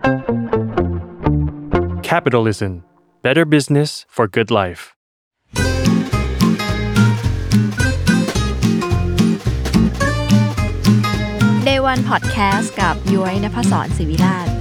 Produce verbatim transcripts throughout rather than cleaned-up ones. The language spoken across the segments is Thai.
Capitalism. Better business for good life. Day วัน Podcast กับย้อยณภศร ศิวิราช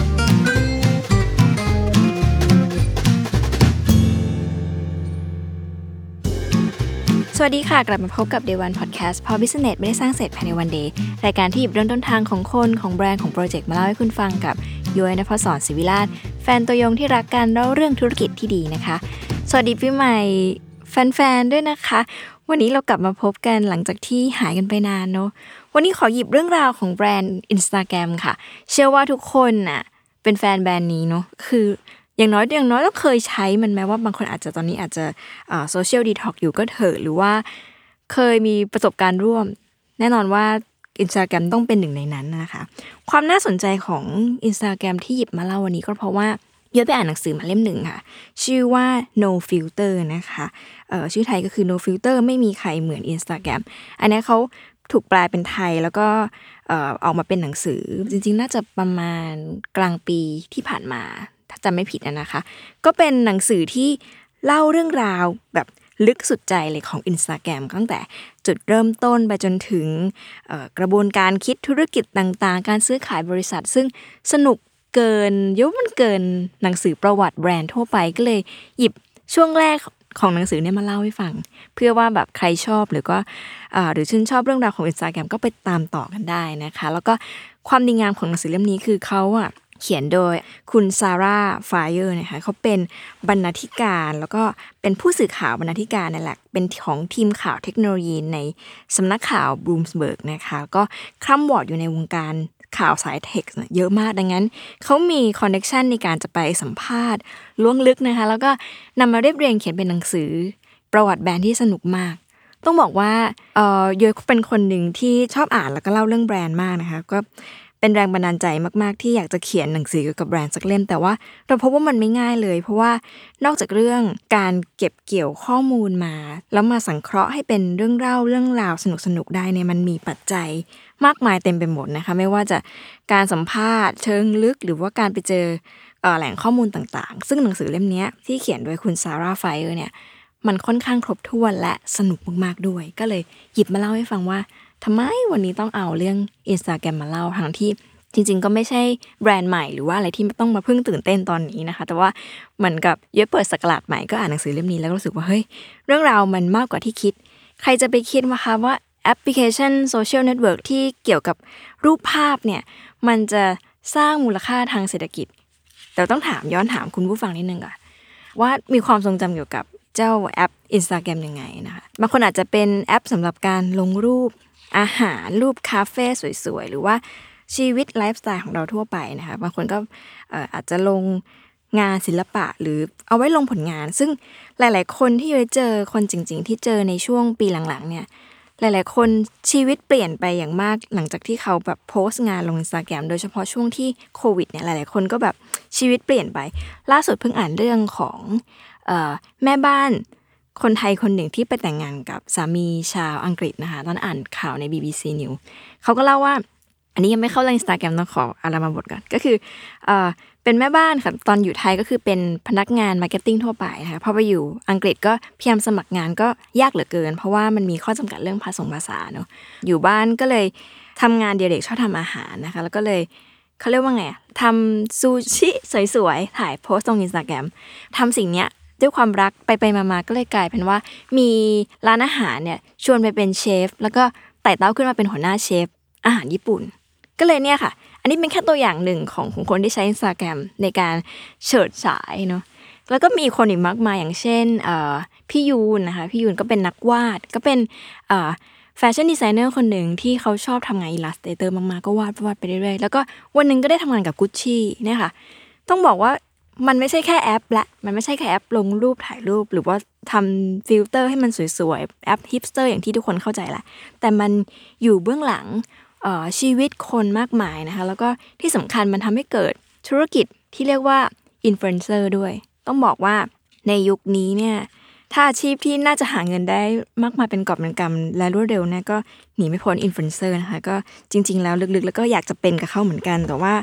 สวัสดีค่ะกลับมาพบกับ Day วัน Podcast เพราะ Business ไม่ได้สร้างเสร็จภายในวัน Day รายการที่หยิบเรื่องต้นทางของคนของแบรนด์ของโปรเจกต์มาเล่าให้คุณฟังกับย้อยณภศร ศิวิราชแฟนตัวยงที่รักการเล่าเรื่องธุรกิจที่ดีนะคะสวัสดีปีใหม่แฟนๆด้วยนะคะวันนี้เรากลับมาพบกันหลังจากที่หายกันไปนานเนาะวันนี้ขอหยิบเรื่องราวของแบรนด์ Instagram ค่ะเชื่อว่าทุกคนน่ะเป็นแฟนแบรนด์นี้เนาะคืออย่างน้อยอย่างน้อยต้องเคยใช้มันแม้ว่าบางคนอาจจะตอนนี้อาจจะอ่าโซเชียลดีท็อกอยู่ก็เถอะหรือว่าเคยมีประสบการณ์ร่วมแน่นอนว่า Instagram ต้องเป็นหนึ่งในนั้นนะคะความน่าสนใจของ Instagram ที่หยิบมาเล่าวันนี้ก็เพราะว่าเยอะไปอ่านหนังสือมาเล่มหนึ่งค่ะชื่อว่า No Filter นะคะเอ่อชื่อไทยก็คือ No Filter ไม่มีใครเหมือน Instagram อันนี้เขาถูกแปลเป็นไทยแล้วก็เอ่อออกมาเป็นหนังสือจริงๆน่าจะประมาณกลางปีที่ผ่านมาถ้าจำไม่ผิดนะคะก็เป็นหนังสือที่เล่าเรื่องราวแบบลึกสุดใจเลยของ Instagram ตั้งแต่จุดเริ่มต้นไปจนถึงเอ่อกระบวนการคิดธุรกิจต่างๆการซื้อขายบริษัทซึ่งสนุกเกินยุมันเกินหนังสือประวัติแบรนด์ทั่วไปก็เลยหยิบช่วงแรกของหนังสือเนี่ยมาเล่าให้ฟังเพื่อว่าแบบใครชอบหรือก็อ่าหรือชื่นชอบเรื่องราวของ Instagram ก็ไปตามต่อกันได้นะคะแล้วก็ความดีงามของหนังสือเล่มนี้คือเขาอ่ะเขียนโดยคุณซาร่าไฟเออร์นะคะเขาเป็นบรรณาธิการแล้วก็เป็นผู้สื่อข่าวบรรณาธิการนั่นแหละเป็นของทีมข่าวเทคโนโลยีในสำนักข่าวบลูมส์เบิร์กนะคะก็คร่ำวอร์ดอยู่ในวงการข่าวสายเทคเยอะมากดังนั้นเขามีคอนเนคชันในการจะไปสัมภาษณ์ล้วงลึกนะคะแล้วก็นำมาเรียบเรียงเขียนเป็นหนังสือประวัติแบรนด์ที่สนุกมากต้องบอกว่าเอ่อโยเป็นคนหนึ่งที่ชอบอ่านแล้วก็เล่าเรื่องแบรนด์มากนะคะก็เป็นแรงบันดาลใจมากๆที่อยากจะเขียนหนังสือเกี่ยวกับแบรนด์สักเล่มแต่ว่าเราพบว่ามันไม่ง่ายเลยเพราะว่านอกจากเรื่องการเก็บเกี่ยวข้อมูลมาแล้วมาสังเคราะห์ให้เป็นเรื่องเล่าเรื่องราวสนุกๆได้เนี่ยมันมีปัจจัยมากมายเต็มไปหมดนะคะไม่ว่าจะการสัมภาษณ์เชิงลึกหรือว่าการไปเจอเอ่อแหล่งข้อมูลต่างๆซึ่งหนังสือเล่มนี้ที่เขียนโดยคุณซาร่าไฟเออร์เนี่ยมันค่อนข้างครบถ้วนและสนุกมากๆด้วยก็เลยหยิบมาเล่าให้ฟังว่าทำไมวันนี้ต้องเอาเรื่อง Instagram มาเล่าทั้งที่จริงๆก็ไม่ใช่แบรนด์ใหม่หรือว่าอะไรที่ต้องมาเพิ่งตื่นเต้นตอนนี้นะคะแต่ว่าเหมือนกับเยอะเปิดศักราชใหม่ก็อ่านหนังสือเล่มนี้แล้วก็รู้สึกว่าเฮ้ยเรื่องราวมันมากกว่าที่คิดใครจะไปคิดว่าคะว่าแอปพลิเคชันโซเชียลเน็ตเวิร์กที่เกี่ยวกับรูปภาพเนี่ยมันจะสร้างมูลค่าทางเศรษฐกิจแต่ต้องถามย้อนถามคุณผู้ฟังนิดนึงก่อนว่ามีความทรงจำเกี่ยวกับเจ้าแอป Instagram ยังไงนะคะบางคนอาจจะเป็นแอปสำหรับการลงรูปอาหารรูปคาเฟ่สวยๆหรือว่าชีวิตไลฟ์สไตล์ของเราทั่วไปนะคะบางคนก็เอ่ออาจจะลงงานศิลปะหรือเอาไว้ลงผลงานซึ่งหลายๆคนที่เคยเจอคนจริงๆที่เจอในช่วงปีหลังๆเนี่ยหลายๆคนชีวิตเปลี่ยนไปอย่างมากหลังจากที่เขาแบบโพสต์งานลง Instagram โดยเฉพาะช่วงที่โควิดเนี่ยหลายๆคนก็แบบชีวิตเปลี่ยนไปล่าสุดเพิ่งอ่านเรื่องของเอ่อแม่บ้านคนไทยคนหนึ่งที่ไปแต่งงานกับสามีชาวอังกฤษนะคะตอนอ่านข่าวใน บี บี ซี News เขาก็เล่าว่าอันนี้ยังไม่เข้าเรื่อง Instagram ต้องขออารามาบทก่อนก็คือเอ่อเป็นแม่บ้านค่ะตอนอยู่ไทยก็คือเป็นพนักงานมาร์เก็ตติ้งทั่วไปนะคะพอไปอยู่อังกฤษก็พยายามสมัครงานก็ยากเหลือเกินเพราะว่ามันมีข้อจำกัดเรื่องภาษาภาษาเนาะอยู่บ้านก็เลยทำงานเดียเด็กชอบทำอาหารนะคะแล้วก็เลยเขาเรียกว่าไงทำซูชิสวยๆถ่ายโพสต์ลง Instagram ทำสิ่งเนี้ยด้วยความรักไปไปมาๆก็เลยกลายเป็นว่ามีร้านอาหารเนี่ยชวนไปเป็นเชฟแล้วก็ไต่เต้าขึ้นมาเป็นหัวหน้าเชฟอาหารญี่ปุ่นก็เลยเนี่ยค่ะอันนี้เป็นแค่ตัวอย่างหนึ่งของของคนที่ใช้ Instagram ในการเฉิดฉายเนาะแล้วก็มีคนอีกมากมายอย่างเช่นเอ่อพี่ยูนนะคะพี่ยูนก็เป็นนักวาดก็เป็นเอ่อแฟชั่นดีไซเนอร์คนหนึ่งที่เขาชอบทำงานอิลลัสเตเตอร์มากๆก็วาดวาดไปเรื่อยๆแล้วก็วันนึงก็ได้ทำงานกับ Gucci เนี่ยค่ะต้องบอกว่ามันไม่ใช่แค่แอปละมันไม่ใช่แค่แอปลงรูปถ่ายรูปหรือว่าทำฟิลเตอร์ให้มันสวยๆแอปฮิปสเตอร์อย่างที่ทุกคนเข้าใจแหละแต่มันอยู่เบื้องหลังเอ่อชีวิตคนมากมายนะคะแล้วก็ที่สำคัญมันทำให้เกิดธุรกิจที่เรียกว่าอินฟลูเอนเซอร์ด้วยต้องบอกว่าในยุคนี้เนี่ยถ้าอาชีพที่น่าจะหาเงินได้มากมายเป็นกอบเป็นกำและรวดเร็วเนี่ยก็หนีไม่พ้นอินฟลูเอนเซอร์นะคะก็จริงๆแล้วลึกๆแล้วก็อยากจะเป็นกับเขาเหมือนกันแต่ว่า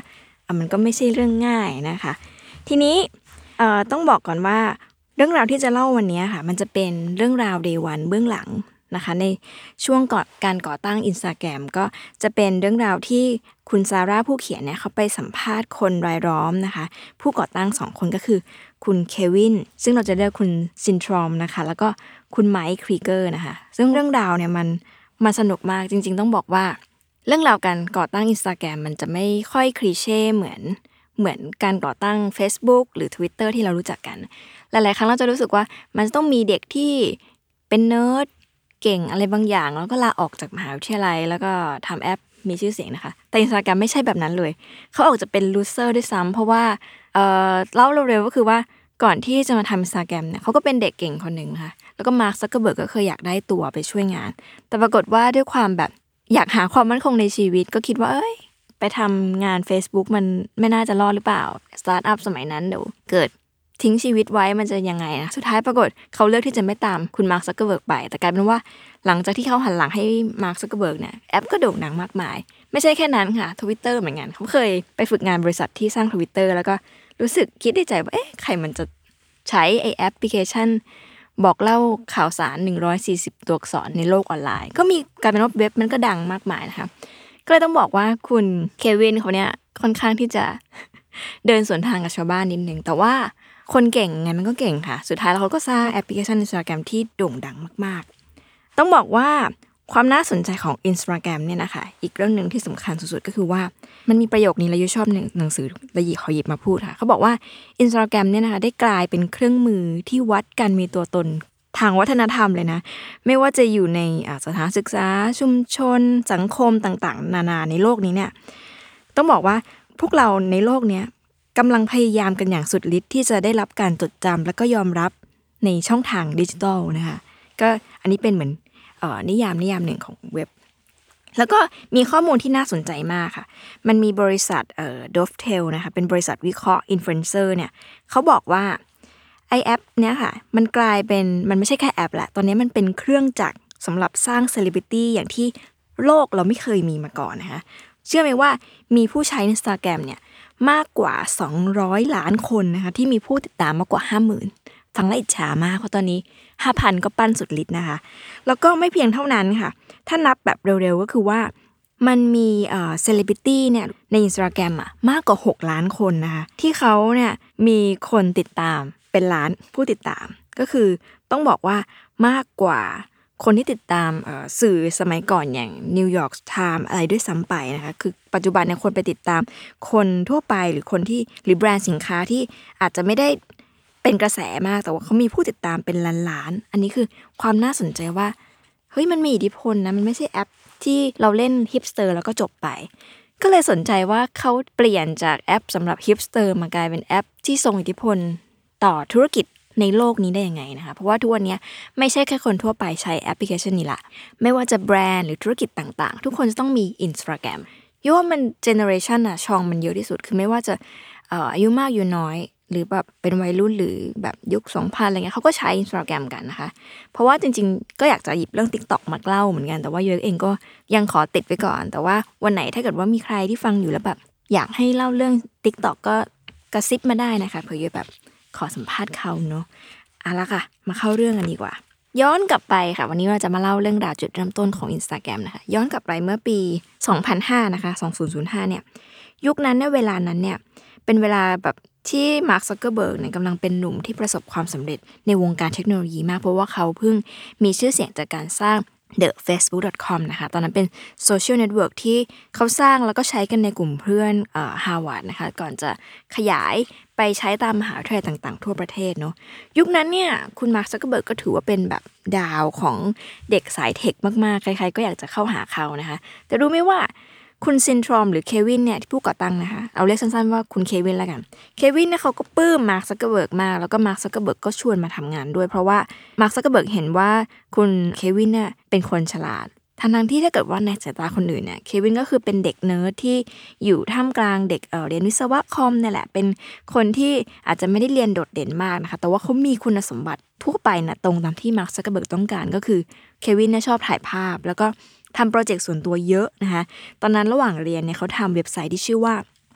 อ่ะมันก็ไม่ใช่เรื่องง่ายนะคะทีนี้เอ่อต้องบอกก่อนว่าเรื่องราวที่จะเล่าวันนี้ค่ะมันจะเป็นเรื่องราว Day วันเบื้องหลังนะคะในช่วงก่อนการก่อตั้ง Instagram ก็จะเป็นเรื่องราวที่คุณซาร่าผู้เขียนเนี่ยเขาไปสัมภาษณ์คนรายล้อมนะคะผู้ก่อตั้งสองคนก็คือคุณเควินซึ่งเราจะเรียกคุณซินทรอมนะคะแล้วก็คุณไมค์ครีเกอร์นะคะซึ่งเรื่องราวเนี่ยมันมันสนุกมากจริงๆต้องบอกว่าเรื่องราวการก่อตั้ง Instagram มันจะไม่ค่อยคลีเช่เหมือนเหมือนการก่อตั้ง Facebook หรือ Twitter ที่เรารู้จักกันหลายๆครั้งเราจะรู้สึกว่ามันต้องมีเด็กที่เป็นเนิร์ดเก่งอะไรบางอย่างแล้วก็ลาออกจากมหาวิทยาลัยแล้วก็ทำแอปมีชื่อเสียงนะคะแต่ Instagram ไม่ใช่แบบนั้นเลยเขาออกจะเป็นลูเซอร์ด้วยซ้ำเพราะว่าเอ่อเล่าเร็วๆก็คือว่าก่อนที่จะมาทำ Instagram เนี่ยเขาก็เป็นเด็กเก่งคนหนึ่งนะคะแล้วก็มาร์ค ซักเคอร์เบิร์กก็เคยอยากได้ตัวไปช่วยงานแต่ปรากฏว่าด้วยความแบบอยากหาความมั่นคงในชีวิตก็คิดว่าเอ้ยไปทำงาน Facebook มันไม่น่าจะรอดหรือเปล่าสตาร์ทอัพสมัยนั้นเดี๋ยวเกิดทิ้งชีวิตไว้มันจะยังไงนะสุดท้ายปรากฏเขาเลือกที่จะไม่ตามคุณมาร์ค ซักเคอร์เบิร์กไปแต่กลายเป็นว่าหลังจากที่เขาหันหลังให้มาร์ค ซักเคอร์เบิร์กเนี่ยแอปก็โด่งดังมากมายไม่ใช่แค่นั้นค่ะ Twitter เหมือนกันเขาเคยไปฝึกงานบริษัทที่สร้าง Twitter แล้วก็รู้สึกคิดในใจว่าเอ๊ะใครมันจะใช้ไอ้แอปพลิเคชันบอกเล่าข่าวสารหนึ่งร้อยสี่สิบตัวอักษรในโลกออนไลน์ก็มีกลายเป็นว่าเว็บมันก็ดังมากมายนะคะก็เลยต้องบอกว่าคุณเควินเขาเนี่ยค่อนข้างที่จะ เดินสวนทางกับชาวบ้านนิดนึงแต่ว่าคนเก่งไงมันก็เก่งค่ะสุดท้ายแล้วเขาก็สร้างแอปพลิเคชัน Instagram ที่โด่งดังมากๆต้องบอกว่าความน่าสนใจของ Instagram เนี่ยนะคะอีกเรื่องนึงที่สำคัญสุดๆก็คือว่ามันมีประโยคนี้แล้วยุชอบหนังสือแล้วหยิบเขาหยิบมาพูดค่ะเขาบอกว่า Instagram เนี่ยนะคะได้กลายเป็นเครื่องมือที่วัดการมีตัวตนทางวัฒนธรรมเลยนะไม่ว่าจะอยู่ในสถานศึกษาชุมชนสังคมต่างๆนานาในโลกนี้เนี่ยต้องบอกว่าพวกเราในโลกเนี้ยกำลังพยายามกันอย่างสุดฤทธิ์ที่จะได้รับการจดจำและก็ยอมรับในช่องทางดิจิทัลนะคะก็อันนี้เป็นเหมือนเอ่อนิยามนิยามหนึ่งของเว็บแล้วก็มีข้อมูลที่น่าสนใจมากค่ะมันมีบริษัทเอ่อ Dovetail นะคะเป็นบริษัทวิเคราะห์อินฟลูเอนเซอร์เนี่ยเขาบอกว่าไอแอปเนี้ยค่ะมันกลายเป็นมันไม่ใช่แค่แอปละตอนนี้มันเป็นเครื่องจักรสำหรับสร้างเซเลบริตี้อย่างที่โลกเราไม่เคยมีมาก่อนนะคะเชื่อไหมว่ามีผู้ใช้ Instagram เนี่ยมากกว่าสองร้อยล้านคนนะคะที่มีผู้ติดตามมากกว่า ห้าหมื่น ฟังแล้วอิจฉามากเพราะตอนนี้ ห้าพัน ก็ปั้นสุดฤทธิ์นะคะแล้วก็ไม่เพียงเท่านั้นค่ะถ้านับแบบเร็วๆก็คือว่ามันมีเอ่อเซเลบริตี้เนี่ยใน Instagram อ่ะมากกว่าหกล้านคนนะคะที่เขาเนี่ยมีคนติดตามเป็นล้านผู้ติดตามก็คือต้องบอกว่ามากกว่าคนที่ติดตามสื่อสมัยก่อนอย่าง New York Times อะไรด้วยซ้ำไปนะคะคือปัจจุบันเนี่ยคนไปติดตามคนทั่วไปหรือคนที่หรือแบรนด์สินค้าที่อาจจะไม่ได้เป็นกระแสมากแต่ว่าเขามีผู้ติดตามเป็นล้านๆอันนี้คือความน่าสนใจว่าเฮ้ยมันมีอิทธิพลนะมันไม่ใช่แอปที่เราเล่นฮิปสเตอร์แล้วก็จบไปก็เลยสนใจว่าเขาเปลี่ยนจากแอปสำหรับฮิปสเตอร์มากลายเป็นแอปที่ทรงอิทธิพลต่อธุรกิจในโลกนี้ได้ยังไงนะคะเพราะว่าทุกวันนี้ไม่ใช่แค่คนทั่วไปใช้แอปพลิเคชันนี้ละไม่ว่าจะแบรนด์หรือธุรกิจต่างๆทุกคนจะต้องมี Instagram ยุคว่ามันเจเนอเรชันอะช่องมันเยอะที่สุดคือไม่ว่าจะเอ่ออายุมากอายุน้อยหรือแบบเป็นวัยรุ่นหรือแบบยุคสองพันอะไรเงี้ยเขาก็ใช้ Instagram กันนะคะเพราะว่าจริงๆก็อยากจะหยิบเรื่อง TikTok มาเล่าเหมือนกันแต่ว่ายุ้ยเองก็ยังขอติดไว้ก่อนแต่ว่าวันไหนถ้าเกิดว่ามีใครที่ฟังอยู่แล้วแบบอยากให้เล่าเรื่อง TikTok ก็กระซิบมาได้นะคะเผื่อยุ้ยแบบขอสัมภาษณ์เขาเนาะเอาละค่ะมาเข้าเรื่องกันดีกว่าย้อนกลับไปค่ะวันนี้เราจะมาเล่าเรื่องราวจุดเริ่มต้นของ Instagram นะคะย้อนกลับไปเมื่อปีสองพันห้านะคะสองพันห้าเนี่ยยุคนั้นในเวลานั้นเนี่ยเป็นเวลาแบบที่มาร์ค ซักเคอร์เบิร์กเนี่ยกำลังเป็นหนุ่มที่ประสบความสำเร็จในวงการเทคโนโลยีมากเพราะว่าเขาเพิ่งมีชื่อเสียงจากการสร้าง เดอะ เฟซบุ๊ก ดอท คอม นะคะตอนนั้นเป็นโซเชียลเน็ตเวิร์กที่เขาสร้างแล้วก็ใช้กันในกลุ่มเพื่อนเอ่อ Harvard นะคะก่อนจะขยายไปใช้ตามมหาวิทยาลัยต่างๆทั่วประเทศเนาะยุคนั้นเนี่ยคุณมาร์ค ซักเคอร์เบิร์กก็ถือว่าเป็นแบบดาวของเด็กสายเทคมากๆใครๆก็อยากจะเข้าหาเขานะคะแต่รู้ไหมว่าคุณซินทรอมหรือเควินเนี่ยที่ผู้ก่อตั้งนะคะเอาเรียกสั้นๆว่าคุณเควินแล้วกันเควินเนี่ยเขาก็ปลื้มมาร์ค ซักเคอร์เบิร์กมากแล้วก็มาร์ค ซักเคอร์เบิร์กก็ชวนมาทำงานด้วยเพราะว่ามาร์ค ซักเคอร์เบิร์กเห็นว่าคุณเควินเนี่ยเป็นคนฉลาดทั้งๆที่ถ้าเกิดว่าในสายตาคนอื่นเนี่ยเควินก็คือเป็นเด็กเนิร์ดที่อยู่ท่ามกลางเด็กเอ่อเรียนวิศวะคอมเนี่ยแหละเป็นคนที่อาจจะไม่ได้เรียนโดดเด่นมากนะคะแต่ว่าเขามีคุณสมบัติทั่วไปนะตรงตามที่มาร์ค ซักเคอร์เบิร์กต้องการก็คือเควินเนี่ยชอบถ่ายภาพแล้วก็ทำโปรเจกต์ส่วนตัวเยอะนะคะตอนนั้นระหว่างเรียนเนี่ยเขาทำเว็บไซต์ที่ชื่อว่า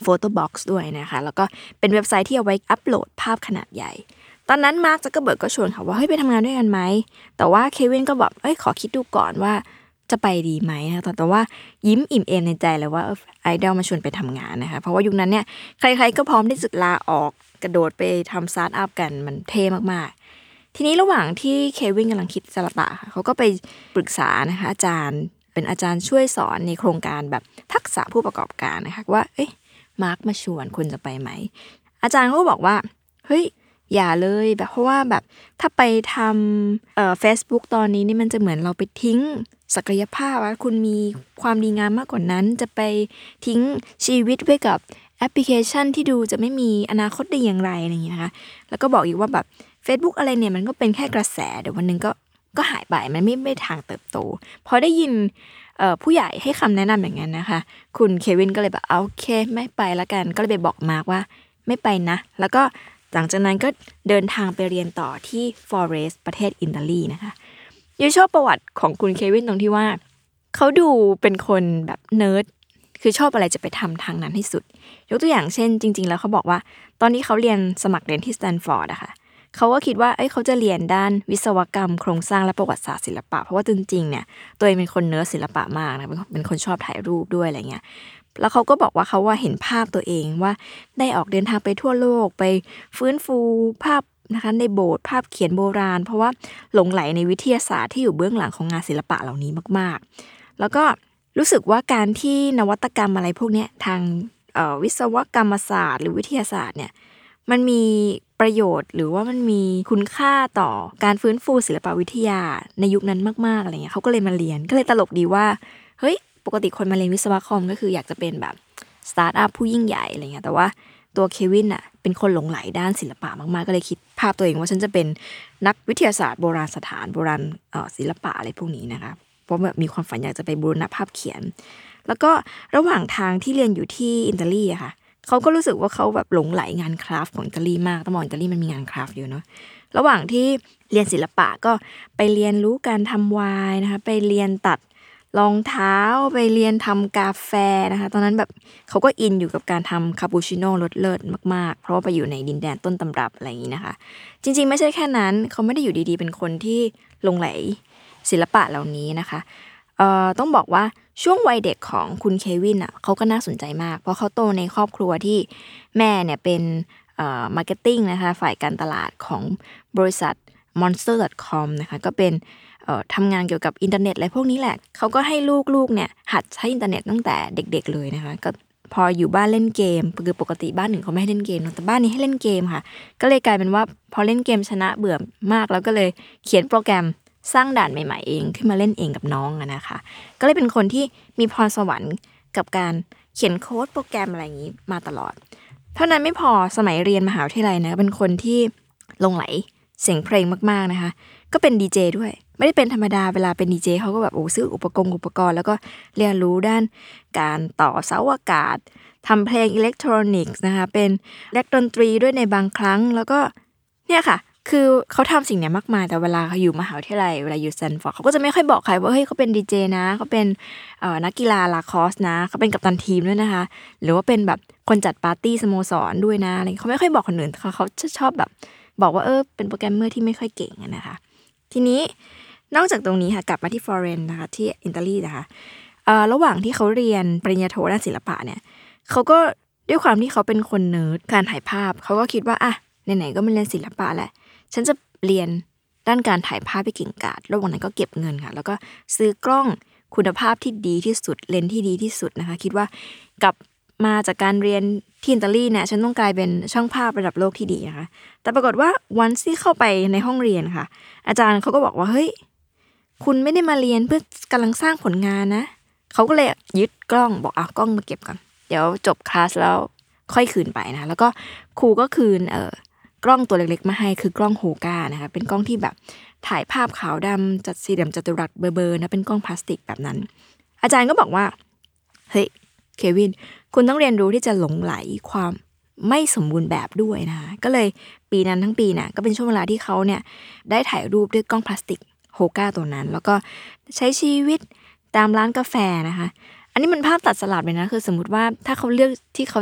Photo Box ด้วยนะคะแล้วก็เป็นเว็บไซต์ที่เอาไว้อัปโหลดภาพขนาดใหญ่ตอนนั้นมาร์ค ซักเคอร์เบิร์กก็ชวนค่ะว่าเฮ้ยไปทำงานด้วยกันไหมแต่ว่าเควินก็บอกเอ้ยขอคิดดูก่อนว่าจะไปดีไหมนะแต่ว่ายิ้มอิ่มเอมในใจเลยว่าไอดอลมาชวนไปทำงานนะคะเพราะว่ายุคนั้นเนี่ยใครๆก็พร้อมที่จะลาออกกระโดดไปทำสตาร์ทอัพกันมันเท่มากๆทีนี้ระหว่างที่เควินกำลังคิดสลับค่ะเขาก็ไปปรึกษานะคะอาจารย์เป็นอาจารย์ช่วยสอนในโครงการแบบทักษะผู้ประกอบการนะคะว่าเอ๊ะมาร์คมาชวนคุณจะไปไหมอาจารย์เขาก็บอกว่าเฮ้ยอย่าเลยแบบเพราะว่าแบบถ้าไปทำเอ่อ Facebook ตอนนี้นี่มันจะเหมือนเราไปทิ้งศักยภาพว่าคุณมีความดีงามมากกว่านั้นจะไปทิ้งชีวิตไว้กับแอปพลิเคชันที่ดูจะไม่มีอนาคตได้อย่างไรอะไรอย่างนี้นะคะแล้วก็บอกอีกว่าแบบ Facebook อะไรเนี่ยมันก็เป็นแค่กระแสเดี๋ยววันนึงก็ก็หายไปมันไม่ไม่ทางเติบโตพอได้ยินเอ่อผู้ใหญ่ให้คำแนะนำอย่างนั้นนะคะคุณเควินก็เลยแบบโอเคไม่ไปละกันก็เลยไปบอกมาร์คว่าไม่ไปนะแล้วก็หลังจากนั้นก็เดินทางไปเรียนต่อที่ฟลอเรสประเทศอิตาลีนะคะยูชอบประวัติของคุณเควินตรงที่ว่าเขาดูเป็นคนแบบเนิร์ดคือชอบอะไรจะไปทำทางนั้นให้สุดยกตัวอย่างเช่นจริงๆแล้วเขาบอกว่าตอนที่เขาเรียนสมัครเรียนที่สแตนฟอร์ดอะค่ะเขาก็คิดว่าเอ้ยเขาจะเรียนด้านวิศวกรรมโครงสร้างและประวัติศาสตร์ศิลปะเพราะว่าจริงๆเนี่ยตัวเองเป็นคนเนิร์ดศิลปะมากนะเป็นคนชอบถ่ายรูปด้วยอะไรเงี้ยแล้วเขาก็บอกว่าเขาว่าเห็นภาพตัวเองว่าได้ออกเดินทางไปทั่วโลกไปฟื้นฟูภาพนะคะในโบสถ์ภาพเขียนโบราณเพราะว่าหลงไหลในวิทยาศาสตร์ที่อยู่เบื้องหลังของงานศิลปะเหล่านี้มากๆแล้วก็รู้สึกว่าการที่นวัตกรรมอะไรพวกนี้ทางวิศวกรรมศาสตร์หรือวิทยาศาสตร์เนี่ยมันมีประโยชน์หรือว่ามันมีคุณค่าต่อการฟื้นฟูศิลปวิทยาในยุคนั้นมากๆอะไรเงี้ยเขาก็เลยมาเรียนก็เลยตลกดีว่าเฮ้ยปกติคนมาเรียนวิศวะคอมก็คืออยากจะเป็นแบบสตาร์ทอัพผู้ยิ่งใหญ่อะไรเงี้ยแต่ว่าตัวเควินน่ะเป็นคนหลงไหลด้านศิลปะมากๆก็เลยคิดภาพตัวเองว่าฉันจะเป็นนักวิทยาศาสตร์โบราณสถานโบราณเอ่อศิลปะอะไรพวกนี้นะคะเพราะแบบมีความฝันอยากจะไปบูรณะภาพเขียนแล้วก็ระหว่างทางที่เรียนอยู่ที่อิตาลีอะค่ะเขาก็รู้สึกว่าเขาแบบหลงไหลงานคราฟต์ของอิตาลีมากต้องบอกอิตาลีมันมีงานคราฟต์เยอะเนาะระหว่างที่เรียนศิลปะก็ไปเรียนรู้การทำไวน์นะคะไปเรียนตัดรองเท้าไปเรียนทำกาแฟนะคะตอนนั้นแบบเขาก็อินอยู่กับการทำคาปูชิโน่รสเลิศมากๆเพราะว่าไปอยู่ในดินแดนต้นตำรับอะไรอย่างนี้นะคะจริงๆไม่ใช่แค่นั้นเขาไม่ได้อยู่ดีๆเป็นคนที่หลงไหลศิลปะเหล่านี้นะคะเอ่อต้องบอกว่าช่วงวัยเด็กของคุณเควินอ่ะเขาก็น่าสนใจมากเพราะเขาโตในครอบครัวที่แม่เนี่ยเป็นเอ่อมาร์เก็ตติ้งนะคะฝ่ายการตลาดของบริษัท มอนสเตอร์ ดอท คอม นะคะก็เป็นเอ่อทำงานเกี่ยวกับอินเทอร์เน็ตอะไรพวกนี้แหละเขาก็ให้ลูกๆเนี่ยหัดใช้อินเทอร์เน็ตตั้งแต่เด็กๆเลยนะคะก็พออยู่บ้านเล่นเกมคือปกติบ้านหนึ่งเขาไม่ให้เล่นเกมแต่บ้านนี้ให้เล่นเกมค่ะก็เลยกลายเป็นว่าพอเล่นเกมชนะเบื่อมากแล้วก็เลยเขียนโปรแกรมสร้างด่านใหม่ๆเองขึ้นมาเล่นเองกับน้องอะนะคะก็เลยเป็นคนที่มีพรสวรรค์กับการเขียนโค้ดโปรแกรมอะไรอย่างนี้มาตลอดเท่านั้นไม่พอสมัยเรียนมหาวิทยาลัยนะเป็นคนที่หลงไหลเสียงเพลงมากๆนะคะก็เป็นดีเจด้วยไม่ได้เป็นธรรมดาเวลาเป็นดีเจเขาก็แบบโอ้ซื้ออุปกรณ์อุปกรณ์แล้วก็เรียนรู้ด้านการต่อเสาอากาศทำเพลงอิเล็กทรอนิกส์นะคะเป็นนักดนตรีด้วยในบางครั้งแล้วก็เนี่ยค่ะคือเขาทำสิ่งนี้มากมายแต่เวลาเขาอยู่มหาวิทยาลัยเวลาอยู่สแตนฟอร์ดเขาก็จะไม่ค่อยบอกใครว่าเฮ้ยเขาเป็นดีเจนะเขาเป็นเอ่อนักกีฬาลาครอสนะเขาเป็นกัปตันทีมด้วยนะคะหรือว่าเป็นแบบคนจัดปาร์ตี้สโมสรด้วยนะอะไรเขาไม่ค่อยบอกคนอื่นเขาเขาชอบแบบบอกว่าเออเป็นโปรแกรมเมอร์ที่ไม่ค่อยเก่งนะคะทีนี้นอกจากตรงนี้ค่ะกลับมาที่ฟลอเรนซ์นะคะที่อิตาลีนะคะเอ่อระหว่างที่เขาเรียนปริญญาโทด้านศิลปะเนี่ยเขาก็ด้วยความที่เขาเป็นคนเนิร์ดการถ่ายภาพเขาก็คิดว่าอ่ะไหนๆก็มาเรียนศิลปะแหละฉันจะเรียนด้านการถ่ายภาพให้เก่งกาจระหว่างนั้นก็เก็บเงินค่ะแล้วก็ซื้อกล้องคุณภาพที่ดีที่สุดเลนส์ที่ดีที่สุดนะคะคิดว่ากลับมาจากการเรียนที่อิตาลีเนี่ยฉันต้องกลายเป็นช่างภาพระดับโลกที่ดีนะคะแต่ปรากฏว่าวันที่เข้าไปในห้องเรียนค่ะอาจารย์เขาก็บอกว่าเฮ้ยคุณไม่ได้มาเรียนเพื่อกำลังสร้างผลงานนะเขาก็เลยยึดกล้องบอกเอากล้องมาเก็บก่อนเดี๋ยวจบคลาสแล้วค่อยคืนไปนะแล้วก็ครูก็คืนเอ่อกล้องตัวเล็กๆมาให้คือกล้องโฮก้านะคะเป็นกล้องที่แบบถ่ายภาพขาวดำจัดสี่เหลี่ยมจัตุรัสเบอร์ๆนะเป็นกล้องพลาสติกแบบนั้นอาจารย์ก็บอกว่าเฮ้ยเควินคุณต้องเรียนรู้ที่จะหลงไหลความไม่สมบูรณ์แบบด้วยนะคะก็เลยปีนั้นทั้งปีน่ะก็เป็นช่วงเวลาที่เขาเนี่ยได้ถ่ายรูปด้วยกล้องพลาสติกโฮก้าตัวนั้นแล้วก็ใช้ชีวิตตามร้านกาแฟนะคะอันนี้มันภาพตัดสลับเลยนะคือสมมุติว่าถ้าเขาเลือกที่เขาจะ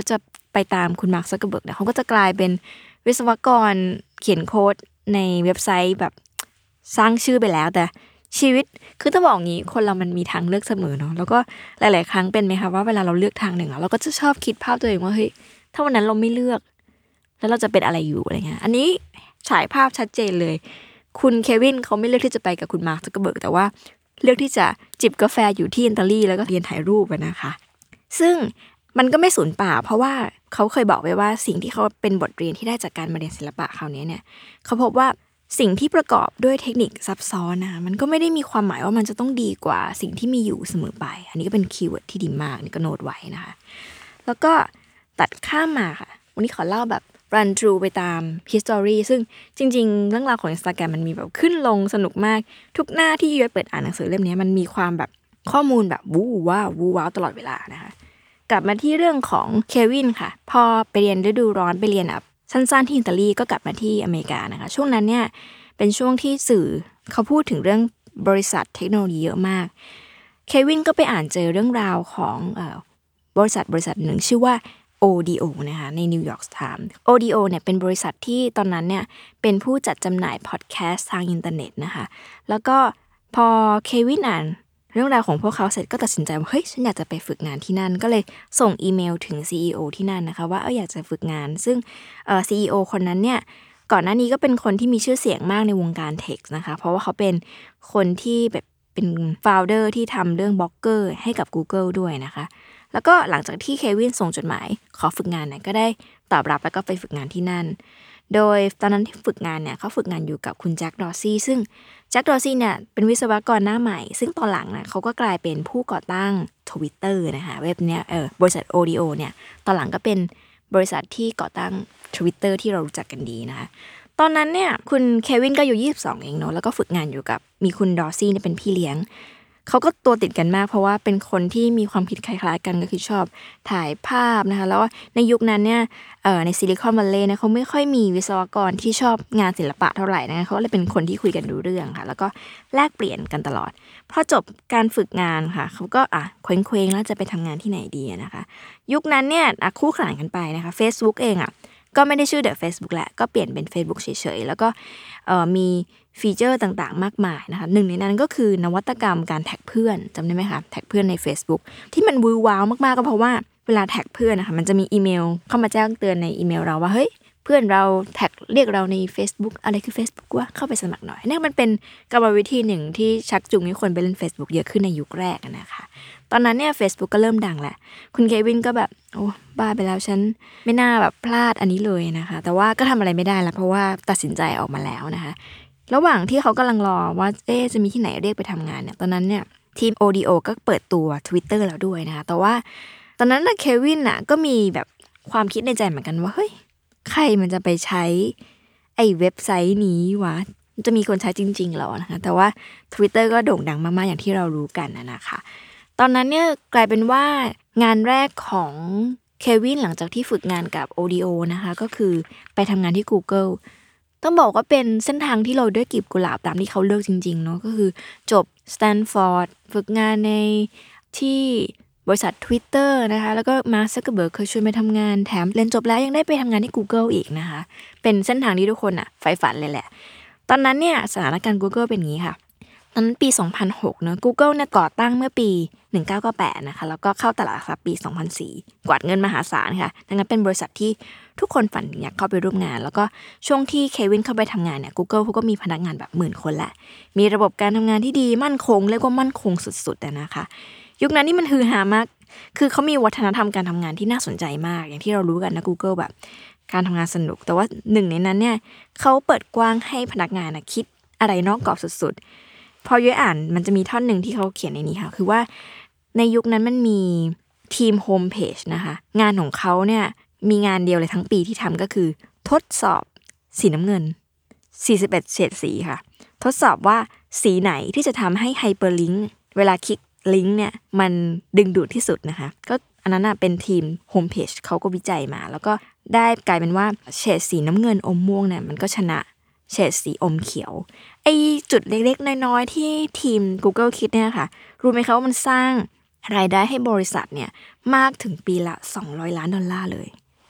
ไปตามคุณมาร์ค ซักเคอร์เบิร์กเนี่ยเขาก็จะกลายเป็นวิศวกรเขียนโค้ดในเว็บไซต์แบบสร้างชื่อไปแล้วแต่ชีวิตคือต้องบอกงี้คนเรามันมีทางเลือกเสมอเนาะแล้วก็หลายๆครั้งเป็นไหมคะว่าเวลาเราเลือกทางหนึ่งเราก็จะชอบคิดภาพตัวเองว่าเฮ้ยถ้าวันนั้นเราไม่เลือกแล้วเราจะเป็นอะไรอยู่อะไรเงี้ยอันนี้ฉายภาพชัดเจนเลยคุณเควินเขาไม่เลือกที่จะไปกับคุณมาร์ค ซักเคอร์เบิร์กแต่ว่าเลือกที่จะจิบกาแฟอยู่ที่อิตาลีแล้วก็เรียนถ่ายรูปนะคะซึ่งมันก็ไม่สูญเปล่าเพราะว่าเขาเคยบอกไว้ว่าสิ่งที่เขาเป็นบทเรียนที่ได้จากการมาเรียนศิลปะคราวนี้เนี่ยเขาพบว่าสิ่งที่ประกอบด้วยเทคนิคซับซ้อนนะคะมันก็ไม่ได้มีความหมายว่ามันจะต้องดีกว่าสิ่งที่มีอยู่เสมอไปอันนี้ก็เป็นคีย์เวิร์ดที่ดีมากนี่ก็โน้ตไว้นะคะแล้วก็ตัดข้ามมาค่ะวันนี้ขอเล่าแบบ run through ไปตาม history ซึ่งจริงๆเรื่องราวของ Instagram มันมีแบบขึ้นลงสนุกมากทุกหน้าที่ยูเปิดอ่านหนังสือเล่มนี้มันมีความแบบข้อมูลแบบวู้ว้าววู้ว้าวตลอดเวลานะคะกลับมาที่เรื่องของเควินค่ะพอไปเรียนฤดูร้อนไปเรียนแบบสั้นๆที่อิตาลีก็กลับมาที่อเมริกานะคะช่วงนั้นเนี่ยเป็นช่วงที่สื่อเขาพูดถึงเรื่องบริษัทเทคโนโลยีเยอะมากเควินก็ไปอ่านเจอเรื่องราวของเอ่อบริษัทบริษัทหนึ่งชื่อว่า โอ ดี โอ นะคะใน New York Times โอ ดี โอ เนี่ยเป็นบริษัทที่ตอนนั้นเนี่ยเป็นผู้จัดจำหน่ายพอดแคสต์ทางอินเทอร์เน็ตนะคะแล้วก็พอเควินอ่านเรื่องราวของพวกเขาเสร็จก็ตัดสินใจว่าเฮ้ยฉันอยากจะไปฝึกงานที่นั่นก็เลยส่งอีเมลถึง ซี อี โอ ที่นั่นนะคะว่าเอออยากจะฝึกงานซึ่งเอ่อ ซี อี โอ คนนั้นเนี่ยก่อนหน้านี้ก็เป็นคนที่มีชื่อเสียงมากในวงการเทคนะคะเพราะว่าเขาเป็นคนที่แบบเป็น founder ที่ทำเรื่องบล็อกเกอร์ให้กับ Google ด้วยนะคะแล้วก็หลังจากที่เควินส่งจดหมายขอฝึกงานเนี่ยก็ได้ตอบรับแล้วก็ไปฝึกงานที่นั่นโดยตอนนั้นที่ฝึกงานเนี่ยเขาฝึกงานอยู่กับคุณแจ็คดอร์ซี่ซึ่งแจ็คดอร์ซี่เนี่ยเป็นวิศวกรหน้าใหม่ซึ่งตอนหลังนะเขาก็กลายเป็นผู้ก่อตั้ง Twitter นะคะเว็บเนี้ยเออบริษัท โอ ดี โอ เนี่ยตอนหลังก็เป็นบริษัทที่ก่อตั้ง Twitter ที่เรารู้จักกันดีนะคะตอนนั้นเนี่ยคุณเควินก็อยู่ยี่สิบสองเองเนาะแล้วก็ฝึกงานอยู่กับมีคุณดอร์ซี่เนี่ยเป็นพี่เลี้ยงเขาก็ตัวติดกันมากเพราะว่าเป็นคนที่มีความคิดคล้ายๆกันก็คือชอบถ่ายภาพนะคะแล้วในยุคนั้นเนี่ยเอ่อในซิลิคอนวัลเลย์เนี่ยเขาไม่ค่อยมีวิศวกรที่ชอบงานศิลปะเท่าไหร่นะเขาเลยเป็นคนที่คุยกันรู้เรื่องค่ะแล้วก็แลกเปลี่ยนกันตลอดพอจบการฝึกงานค่ะเขาก็อ่ะเคว้งๆแล้วจะไปทำงานที่ไหนดีนะคะยุคนั้นเนี่ยอ่ะคู่ขนานกันไปนะคะ Facebook เองอ่ะก็ไม่ได้ชื่อ The Facebook แหละก็เปลี่ยนเป็น Facebook เฉยๆแล้วก็เอ่อมีฟีเจอร์ต่างๆมากมายนะคะหนึ่งในนั้นก็คือนวัตกรรมการแท็กเพื่อนจำได้ไหมคะแท็กเพื่อนใน Facebook ที่มันวูว้าวมากๆก็เพราะว่าเวลาแท็กเพื่อนนะคะมันจะมีอีเมลเข้ามาแจ้งเตือนในอีเมลเราว่าเฮ้ยเพื่อนเราแท็กเรียกเราใน Facebook อะไรคือ Facebook วะเข้าไปสมัครหน่อยนี่มันเป็นกรรมวิธีหนึ่งที่ชักจูงให้คนไปเล่น Facebook เยอะขึ้นในยุคแรกนะคะตอนนั้นเนี่ย Facebook ก็เริ่มดังแหละคุณเควินก็แบบโอ้บ้าไปแล้วฉันไม่น่าแบบพลาดอันนี้เลยนะคะแต่ว่าก็ทำอะไรไม่ได้แล้วเพราะว่าตัดสินใจออกมาแล้วนะคะระหว่างที่เขากำลังรอว่าเอ๊ะจะมีที่ไหนเรียกไปทำงานเนี่ยตอนนั้นเนี่ยทีม โอ ดี โอ ก็เปิดตัว Twitter แล้วด้วยนะคะแต่ว่าตอนนั้นน่ะเควินน่ะก็มีแบบความคิดในใจเหมือนกันว่าเฮ้ยใครมันจะไปใช้ไอ้เว็บไซต์นี้วะจะมีคนใช้จริงๆหรอนะคะแต่ว่า Twitter ก็โด่งดังมากๆอย่างที่เรารู้กันนะคะตอนนั้นเนี่ยกลายเป็นว่างานแรกของเควินหลังจากที่ฝึกงานกับ โอ ดี โอ นะคะก็คือไปทำงานที่ Googleต้องบอกว่าเป็นเส้นทางที่เราด้วยกลีบกุหลาบตามที่เขาเลือกจริงๆเนาะก็คือจบสแตนฟอร์ดฝึกงานในที่บริษัท Twitter นะคะแล้วก็มาร์ค ซักเคอร์เบิร์กเคยชวนไปทำงานแถมเรียนจบแล้วยังได้ไปทำงานที่ Google อีกนะคะเป็นเส้นทางที่ทุกคนอ่ะใฝ่ฝันเลยแหละตอนนั้นเนี่ยสถานการณ์ Google เป็นอย่างนี้ค่ะตอนนั้นปีสองพันหกเนาะ Google เนี่ยก่อตั้งเมื่อปีหนึ่งพันเก้าร้อยเก้าสิบแปดนะคะแล้วก็เข้าตลาดหลักทรัพย์ปีสองพันสี่กวาดเงินมหาศาลค่ะดังนั้นเป็นบริษัทที่ทุกคนฝันอยากเข้าไปร่วมงานแล้วก็ช่วงที่เควินเข้าไปทำงานเนี่ย Google เขาก็มีพนักงานแบบหมื่นคนแหละมีระบบการทำงานที่ดีมั่นคงเรียกว่ามั่นคงสุดๆนะคะยุคนั้นนี่มันฮือฮามากคือเขามีวัฒนธรรมการทำงานที่น่าสนใจมากอย่างที่เรารู้กันนะ Google แบบการทำงานสนุกแต่ว่าหนึ่งในนั้นเนี่ยเขาเปิดกว้างให้พนักงานนะคิดอะไรนอกกรอบสุดๆพอย้อยอ่านมันจะมีท่อนหนึ่งที่เขาเขียนในนี้ค่ะคือว่าในยุคนั้นมันมีทีมโฮมเพจนะคะงานของเขาเนี่ยมีงานเดียวเลยทั้งปีที่ทำก็คือทดสอบสีน้ำเงินสี่สิบเอ็ดเฉดสีค่ะทดสอบว่าสีไหนที่จะทำให้ไฮเปอร์ลิงก์เวลาคลิกลิงก์เนี่ยมันดึงดูดที่สุดนะคะก็อันนั้นน่ะเป็นทีมโฮมเพจเขาก็วิจัยมาแล้วก็ได้กลายเป็นว่าเฉดสีน้ำเงินอมม่วงเนี่ยมันก็ชนะเฉดสีอมเขียวไอจุดเล็กๆน้อยๆที่ทีม Google คิดเนี่ยค่ะรู้ไหมคะว่ามันสร้างรายได้ให้บริษัทเนี่ยมากถึงปีละสองร้อยล้านดอลลาร์เลย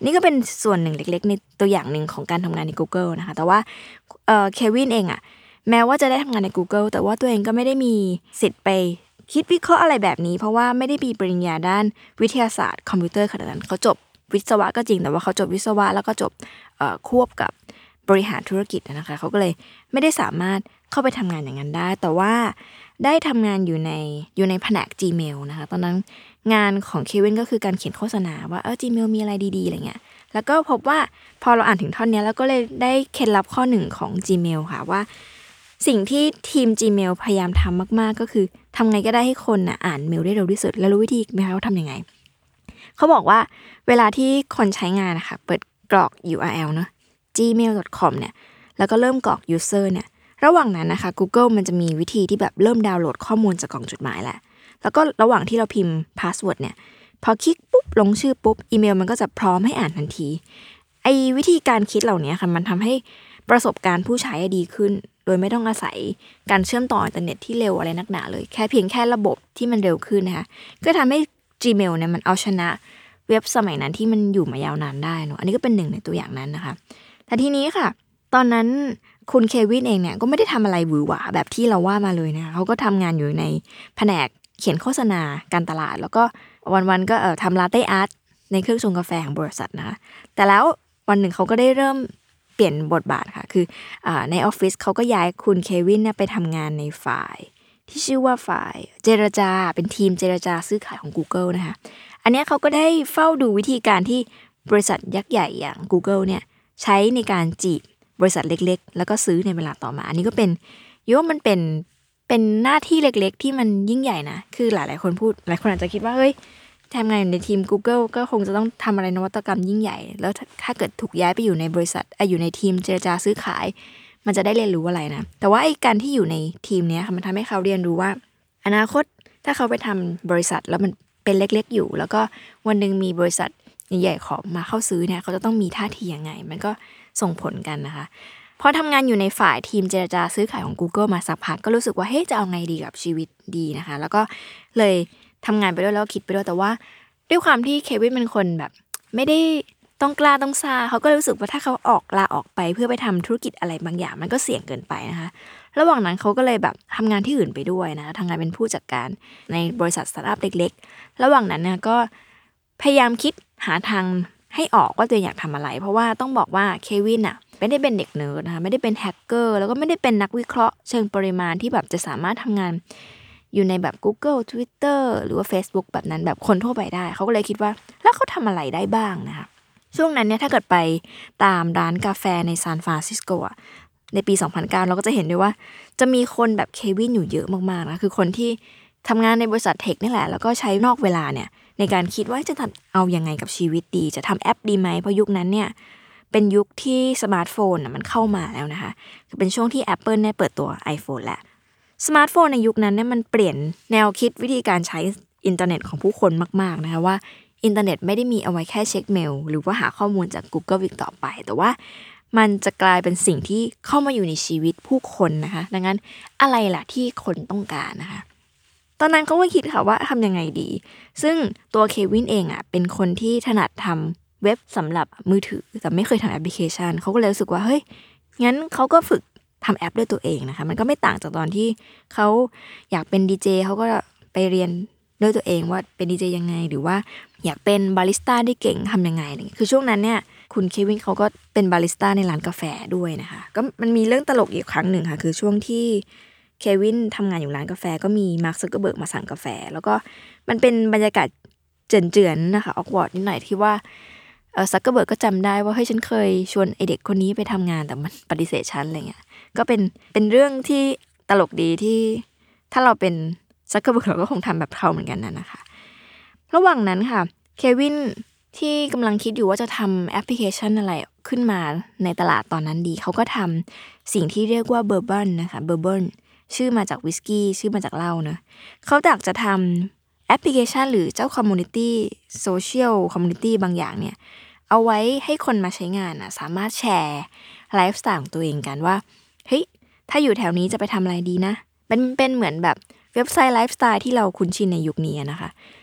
นี่ก็เป็นส่วนหนึ่งเล็กๆในตัวอย่างหนึ่งของการทำงานใน Google นะคะแต่ว่าเอ่อเควินเองอ่ะแม้ว่าจะได้ทำงานใน Google แต่ว่าตัวเองก็ไม่ได้มีสิทธิ์ไปคิดวิเคราะห์อะไรแบบนี้เพราะว่าไม่ได้มีปริญญาด้านวิทยาศาสตร์คอมพิวเตอร์ขนาดนั้นเขาจบวิศวะก็จริงแต่ว่าเขาจบวิศวะแล้วก็จบเอ่อควบกับบริหารธุรกิจนะคะเขาก็เลยไม่ได้สามารถเข้าไปทำงานอย่างนั้นได้แต่ว่าได้ทำงานอยู่ในอยู่ในแผนก Gmail นะคะตอนนั้นงานของเควินก็คือการเขียนโฆษณาว่าเออ Gmail มีอะไรดีๆอะไรเงี้ยแล้วก็พบว่าพอเราอ่านถึงท่อนนี้แล้วก็เลยได้เคล็ดลับข้อหนึ่งของ Gmail ค่ะว่าสิ่งที่ทีม Gmail พยายามทำมากๆก็คือทำไงก็ได้ให้คนน่ะอ่านเมลได้เร็วที่สุดแล้วรู้วิธีไหมคะว่าทำยังไงเขาบอกว่าเวลาที่คนใช้งานนะคะเปิดกรอก ยู อาร์ แอล เนอะ จีเมล ดอท คอม เนี่ยแล้วก็เริ่มกรอก user เนี่ยระหว่างนั้นนะคะ Google มันจะมีวิธีที่แบบเริ่มดาวน์โหลดข้อมูลจากกล่องจดหมายแหละแล้วก็ระหว่างที่เราพิมพ์ password เนี่ยพอคลิกปุ๊บลงชื่อปุ๊บอีเมลมันก็จะพร้อมให้อ่านทันทีไอ้วิธีการคิดเหล่านี้ค่ะมันทำให้ประสบการณ์ผู้ใช้ดีขึ้นโดยไม่ต้องอาศัยการเชื่อมต่ออินเทอร์เน็ตที่เร็วอะไรนักหนาเลยแค่เพียงแค่ระบบที่มันเร็วขึ้นนะคะก็ทำให้ Gmail เนี่ยมันเอาชนะเว็บสมัยนั้นที่มันอยู่มายาวนานได้เนอะอันนี้ก็เป็นหนึ่งในตัวอย่างนั้นนะคะแต่ทีนี้ค่ะตอนนั้นคุณเควินเองเนี่ยก็ไม่ได้ทำอะไรหวือหวาแบบที่เราว่ามาเลยนะคะเขาก็ทำงานอยู่ในแผนกเขียนโฆษณาการตลาดแล้วก็วันๆก็เอ่อทำลาเต้อาร์ตในเครื่องชงกาแฟของบริษัทนะคะแต่แล้ววันหนึ่งเขาก็ได้เริ่มเปลี่ยนบทบาทค่ะคืออ่าในออฟฟิศเขาก็ย้ายคุณเควินเนี่ยไปทำงานในฝ่ายที่ชื่อว่าฝ่ายเจรจาเป็นทีมเจรจาซื้อขายของ Google นะคะอันนี้เขาก็ได้เฝ้าดูวิธีการที่บริษัทยักษ์ใหญ่อย่าง Google เนี่ยใช้ในการจีบบริษัทเล็กๆแล้วก็ซื้อในเวลาต่อมาอันนี้ก็เป็นโยมมันเป็นเป็นหน้าที่เล็กๆที่มันยิ่งใหญ่นะคือหลายๆคนพูดหลายคนอาจจะคิดว่าเฮ้ยทำงานอยู่ในทีม Google ก็คงจะต้องทำอะไรนวัตกรรมยิ่งใหญ่แล้วถ้าเกิดถูกย้ายไปอยู่ในบริษัทอยู่ในทีมเจรจาซื้อขายมันจะได้เรียนรู้อะไรนะแต่ว่าไอ้การที่อยู่ในทีมนี้ค่ะมันทำให้เขาเรียนรู้ว่าอนาคตถ้าเขาไปทำบริษัทแล้วมันเป็นเล็กๆอยู่แล้วก็วันนึงมีบริษัทใหญ่ๆขอมาเข้าซื้อเนี่ยเขาจะต้องมีท่าทียังไงมันก็ส่งผลกันนะคะพอทำงานอยู่ในฝ่ายทีมเจรจาซื้อขายของ Google มาสักพักก็รู้สึกว่าเฮ้ยจะเอาไงดีกับชีวิตดีนะคะแล้วก็เลยทำงานไปด้วยแล้วคิดไปด้วยแต่ว่าด้วยความที่เควินเป็นคนแบบไม่ได้ต้องกล้าต้องซ่าเขาก็รู้สึกว่าถ้าเขาออกลาออกไปเพื่อไปทำธุรกิจอะไรบางอย่างมันก็เสี่ยงเกินไปนะคะระหว่างนั้นเขาก็เลยแบบทำงานที่อื่นไปด้วยนะทำงานเป็นผู้จัดการในบริษัทสตาร์ทอัพเล็กๆระหว่างนั้นเนี่ยก็พยายามคิดหาทางให้ออกว่าตัวเองอยากทำอะไรเพราะว่าต้องบอกว่าเควินอ่ะไม่ได้เป็นเด็กเนิร์ดนะคะไม่ได้เป็นแฮกเกอร์แล้วก็ไม่ได้เป็นนักวิเคราะห์เชิงปริมาณที่แบบจะสามารถทำงานอยู่ในแบบ Google Twitter หรือว่า Facebook แบบนั้นแบบคนทั่วไปได้เขาก็เลยคิดว่าแล้วเขาทำอะไรได้บ้างนะคะช่วงนั้นเนี่ยถ้าเกิดไปตามร้านกาแฟในซานฟรานซิสโกอ่ะในปีสองพันเก้าเราก็จะเห็นด้วยว่าจะมีคนแบบเควินอยู่เยอะมากๆนะคือคนที่ทำงานในบริษัทเทคนี่แหละแล้วก็ใช้นอกเวลาเนี่ยในการคิดว่าจะทำเอายังไงกับชีวิตดีจะทำแอปดีไหมเพราะยุคนั้นเนี่ยเป็นยุคที่สมาร์ทโฟนมันเข้ามาแล้วนะคะคือเป็นช่วงที่ Apple เนี่ยเปิดตัว iPhone แหละสมาร์ทโฟนในยุคนั้นเนี่ยมันเปลี่ยนแนวคิดวิธีการใช้อินเทอร์เน็ตของผู้คนมากๆนะคะว่าอินเทอร์เน็ตไม่ได้มีเอาไว้แค่เช็คเมลหรือว่าหาข้อมูลจาก Google อีกต่อไปแต่ว่ามันจะกลายเป็นสิ่งที่เข้ามาอยู่ในชีวิตผู้คนนะคะดังนั้นอะไรล่ะที่คนต้องการนะคะตอนนั้นเขาก็คิดค่ะว่าทำยังไงดีซึ่งตัวเควินเองอ่ะเป็นคนที่ถนัดทำเว็บสำหรับมือถือแต่ไม่เคยทำแอปพลิเคชันเขาก็เลยรู้สึกว่าเฮ้ยงั้นเขาก็ฝึกทำแอปด้วยตัวเองนะคะมันก็ไม่ต่างจากตอนที่เขาอยากเป็นดีเจเขาก็ไปเรียนด้วยตัวเองว่าเป็นดีเจยังไงหรือว่าอยากเป็นบาริสต้าได้เก่งทำยังไงอะไรเงี้ยคือช่วงนั้นเนี่ยคุณเควินเขาก็เป็นบาริสต้าในร้านกาแฟด้วยนะคะก็มันมีเรื่องตลกอีกครั้งหนึ่งค่ะคือช่วงที่เควินทำงานอยู่ร้านกาแฟก็มีมาร์ค ซักเคอร์เบิร์กมาสั่งกาแฟแล้วก็มันเป็นบรรยากาศเจือนๆนะคะออกวอร์ดนิดหน่อยที่ว่าเออซักเคอร์เบิร์กก็จำได้ว่าเฮ้ยฉันเคยชวนไอเด็กคนนี้ไปทำงานแต่มันปฏิเสธฉันอะไรเงี้ยก็เป็นเป็นเรื่องที่ตลกดีที่ถ้าเราเป็นซักเคอร์เบิร์กเราก็คงทำแบบเขาเหมือนกันนะนะคะระหว่างนั้นค่ะเควินที่กำลังคิดอยู่ว่าจะทำแอปพลิเคชันอะไรขึ้นมาในตลาดตอนนั้นดีเขาก็ทำสิ่งที่เรียกว่าเบอร์เบิลนะคะเบอร์เบิลชื่อมาจากวิสกี้ชื่อมาจากเหล้าเนอะเขาอยากจะทำแอปพลิเคชันหรือเจ้าคอมมูนิตี้โซเชียลคอมมูนิตี้บางอย่างเนี่ยเอาไว้ให้คนมาใช้งานนะสามารถแชร์ไลฟ์สไตล์ของตัวเองกันว่าเฮ้ยถ้าอยู่แถวนี้จะไปทำอะไรดีนะเป็นเป็นเหมือนแบบเว็บไซต์ไลฟ์สไตล์ที่เราคุ้นชินในยุคนี้นะคะ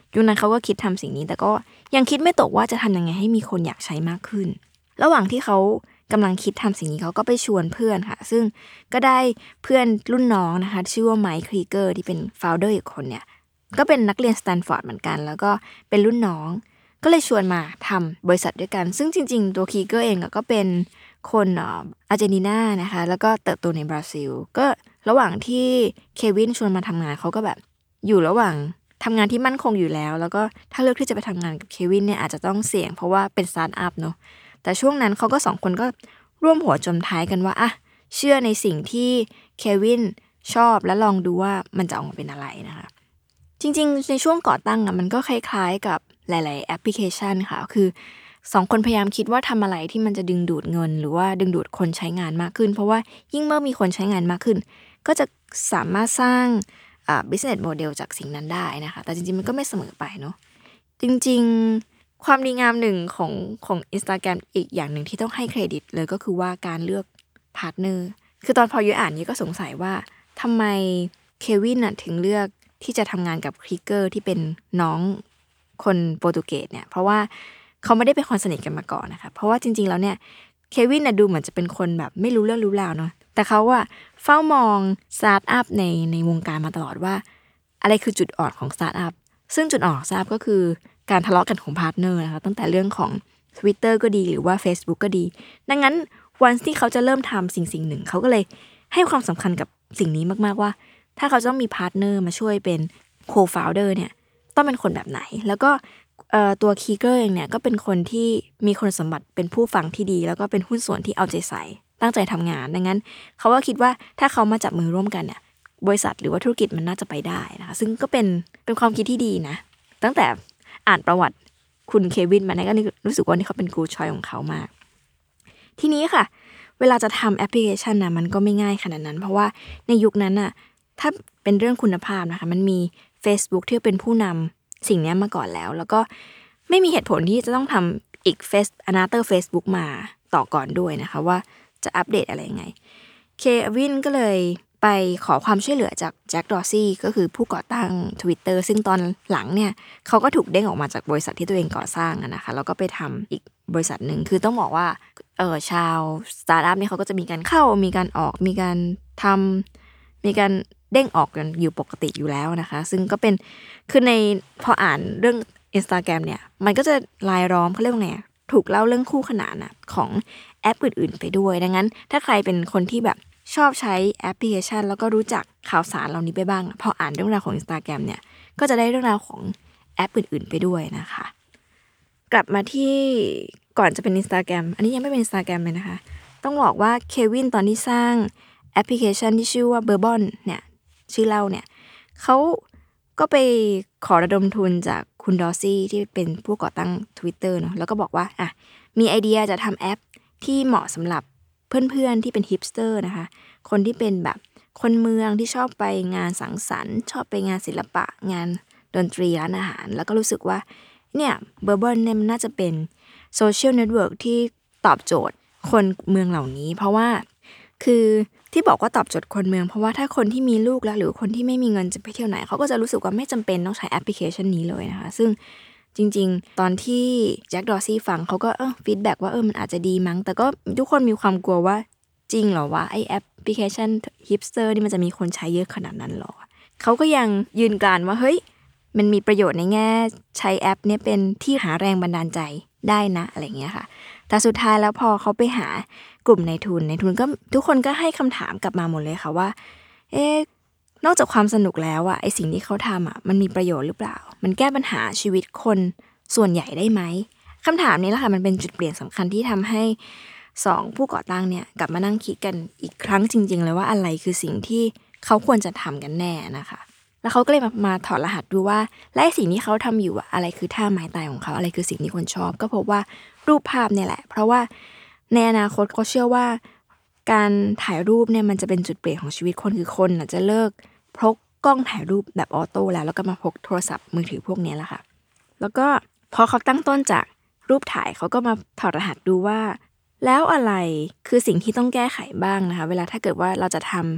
ยุคนั้นเขาก็คิดทำสิ่งนี้แต่ก็ยังคิดไม่ตกว่าจะทำยังไงให้มีคนอยากใช้มากขึ้นระหว่างที่เขากำลังคิดทำสิ่งนี้เขาก็ไปชวนเพื่อนค่ะซึ่งก็ได้เพื่อนรุ่นน้องนะคะชื่อว่าไมค์ครีเกอร์ที่เป็นโฟลเดอร์อีกคนเนี่ยก็เป็นนักเรียนสแตนฟอร์ดเหมือนกันแล้วก็เป็นรุ่นน้องก็เลยชวนมาทำบริษัทด้วยกันซึ่งจริงๆตัวครีเกอร์เองก็เป็นคนอาร์เจนตินานะคะแล้วก็เติบโตในบราซิลก็ระหว่างที่เควินชวนมาทำงานเขาก็แบบอยู่ระหว่างทำงานที่มั่นคงอยู่แล้วแล้วก็ถ้าเลือกที่จะไปทำงานกับเควินเนี่ยอาจจะต้องเสี่ยงเพราะว่าเป็นสตาร์ทอัพเนาะแต่ช่วงนั้นเขาก็สองคนก็ร่วมหัวจมท้ายกันว่าอ่ะเชื่อในสิ่งที่เควินชอบแล้วลองดูว่ามันจะออกมาเป็นอะไรนะคะจริงๆในช่วงก่อตั้งอ่ะมันก็คล้ายๆกับหลายๆแอปพลิเคชันค่ะคือสองคนพยายามคิดว่าทำอะไรที่มันจะดึงดูดเงินหรือว่าดึงดูดคนใช้งานมากขึ้นเพราะว่ายิ่งเมื่อมีคนใช้งานมากขึ้นก็จะสามารถสร้างอ่า business model จากสิ่งนั้นได้นะคะแต่จริงๆมันก็ไม่เสมอไปเนาะจริงๆความดีงามหนึ่งของของ Instagram อีกอย่างหนึ่งที่ต้องให้เครดิตเลยก็คือว่าการเลือกพาร์ทเนอร์คือตอนพอยุ้ยอ่านนี้ก็สงสัยว่าทำไมเควินน่ะถึงเลือกที่จะทำงานกับครีเกอร์ที่เป็นน้องคนโปรตุเกสเนี่ยเพราะว่าเขาไม่ได้เป็นคนสนิทกันมาก่อนนะคะเพราะว่าจริงๆแล้วเนี่ยเควินน่ะดูเหมือนจะเป็นคนแบบไม่รู้เรื่องรู้ราวเนาะแต่เขาอะเฝ้ามองสตาร์ทอัพในในวงการมาตลอดว่าอะไรคือจุดอ่อนของสตาร์ทอัพซึ่งจุดอ่อนของสตาร์ทอัพก็คือการทะเลาะกันของพาร์ทเนอร์นะคะตั้งแต่เรื่องของ Twitter ก็ดีหรือว่า Facebook ก็ดีดังนั้นวันที่เขาจะเริ่มทำสิ่งสิ่งหนึ่งเขาก็เลยให้ความสำคัญกับสิ่งนี้มากๆว่าถ้าเขาจะต้องมีพาร์ทเนอร์มาช่วยเป็นโคฟาวเดอร์เนี่ยต้องเป็นคนแบบไหนแล้วก็ตัวคีเกอร์เองเนี่ยก็เป็นคนที่มีคุณสมบัติเป็นผู้ฟังที่ดีแล้วก็เป็นหุ้นส่วนที่เอาใจใส่ตั้งใจทำงานดังนั้นเขาก็คิดว่าถ้าเขามาจับมือร่วมกันเนี่ยบริษัทหรือว่าธุรกิจมันน่าจะไปได้นะคะซึ่งก็เป็นเป็นความคิดที่ดีนะตั้งแต่อ่านประวัติคุณเควินมาเนี่ยก็รู้สึกว่านี่เขาเป็นกู๊ดชอยของเขามากทีนี้ค่ะเวลาจะทำแอปพลิเคชันนะมันก็ไม่ง่ายขนาดนั้นเพราะว่าในยุคนั้นน่ะถ้าเป็นเรื่องคุณภาพนะคะมันมี Facebook ที่เป็นผู้นำสิ่งนี้มาก่อนแล้วแล้วก็ไม่มีเหตุผลที่จะต้องทำอีก Face Another Facebook มาต่อก่อนด้วยนะคะว่าจะอัปเดตอะไรยังไงเควินก็เลยไปขอความช่วยเหลือจากแจ็คดอร์ซี่ก็คือผู้ก่อตั้ง Twitter ซึ่งตอนหลังเนี่ยเขาก็ถูกเด้งออกมาจากบริษัทที่ตัวเองก่อสร้างนะคะแล้วก็ไปทำอีกบริษัทหนึ่งคือต้องบอกว่าเออชาวสตาร์ทอัพเนี่ยเขาก็จะมีการเข้ามีการออกมีการทำมีการเด้งออกกันอยู่ปกติอยู่แล้วนะคะซึ่งก็เป็นคือในพออ่านเรื่อง Instagram เนี่ยมันก็จะรายล้อมเขาเรียกว่าไงถูกเล่าเรื่องคู่ขนานนะของแอปอื่นๆไปด้วยดังนั้นถ้าใครเป็นคนที่แบบชอบใช้แอปพลิเคชันแล้วก็รู้จักข่าวสารเหล่านี้ไปบ้างพออ่านเรื่องราวของ Instagram เนี่ยก็จะได้เรื่องราวของแอปอื่นๆไปด้วยนะคะกลับมาที่ก่อนจะเป็น Instagram อันนี้ยังไม่เป็น Instagram เลยนะคะต้องบอกว่าเควินตอนที่สร้างแอปพลิเคชันที่ชื่อว่า Bourbon เนี่ยชื่อเล่าเนี่ยเขาก็ไปขอระดมทุนจากคุณดอร์ซี่ที่เป็นผู้ก่อตั้ง Twitter เนาะแล้วก็บอกว่าอ่ะมีไอเดียจะทำแอปที่เหมาะสำหรับเพื่อนๆที่เป็นฮิปสเตอร์นะคะคนที่เป็นแบบคนเมืองที่ชอบไปงานสังสรรค์ชอบไปงานศิลปะงานดนตรีร้านอาหารแล้วก็รู้สึกว่าเนี่ยเบอร์บอนเนี่ยมันน่าจะเป็นโซเชียลเน็ตเวิร์กที่ตอบโจทย์คนเมืองเหล่านี้เพราะว่าคือที่บอกว่าตอบโจทย์คนเมืองเพราะว่าถ้าคนที่มีลูกแล้วหรือคนที่ไม่มีเงินจะไปเที่ยวไหนเขาก็จะรู้สึกว่าไม่จำเป็นต้องใช้แอปพลิเคชันนี้เลยนะคะซึ่งจริงๆตอนที่แจ็คดอร์ซี่ฟังเขาก็เออฟีดแบ็กว่าเออมันอาจจะดีมั้งแต่ก็ทุกคนมีความกลัวว่าจริงเหรอว่าไอแอปพลิเคชันฮิปสเตอร์นี่มันจะมีคนใช้เยอะขนาดนั้นหรอเขาก็ยังยืนกรานว่าเฮ้ยมันมีประโยชน์ในแง่ใช้แอปนี้เป็นที่หาแรงบันดาลใจได้นะอะไรเงี้ยค่ะแต่สุดท้ายแล้วพอเขาไปหากลุ่มในทุนในทุนก็ทุกคนก็ให้คำถามกลับมาหมดเลยค่ะว่าเอ๊ะนอกจากความสนุกแล้วอะไอสิ่งที่เขาทำอะมันมีประโยชน์หรือเปล่ามันแก้ปัญหาชีวิตคนส่วนใหญ่ได้ไหมคำถามนี้แหละค่ะมันเป็นจุดเปลี่ยนสำคัญที่ทำให้สองผู้ก่อตั้งเนี่ยกลับมานั่งคิดกันอีกครั้งจริงๆเลยว่าอะไรคือสิ่งที่เขาควรจะทำกันแน่นะคะแล้วเขาก็เลยมามาถอดรหัสดูว่าและสิ่งที่เขาทำอยู่อะไรคือท่าไม้ตายของเขาอะไรคือสิ่งที่คนชอบก็พบว่ารูปภาพเนี่ยแหละเพราะว่าในอนาคตเขาเชื่อว่าการถ่ายรูปเนี่ยมันจะเป็นจุดเปลี่ยนของชีวิตคนคือคนน่ะจะเลิกพกกล้องถ่ายรูปแบบออโต้แล้วแล้วก็มาพกโทรศัพท์มือถือพวกนี้แหละค่ะแล้วก็พอเขาตั้งต้นจากรูปถ่ายเขาก็มาถอดรหัสดูว่าแล้วอะไรคือสิ่งที่ต้องแก้ไขบ้างนะคะเวลาถ้าเกิดว่าเราจะท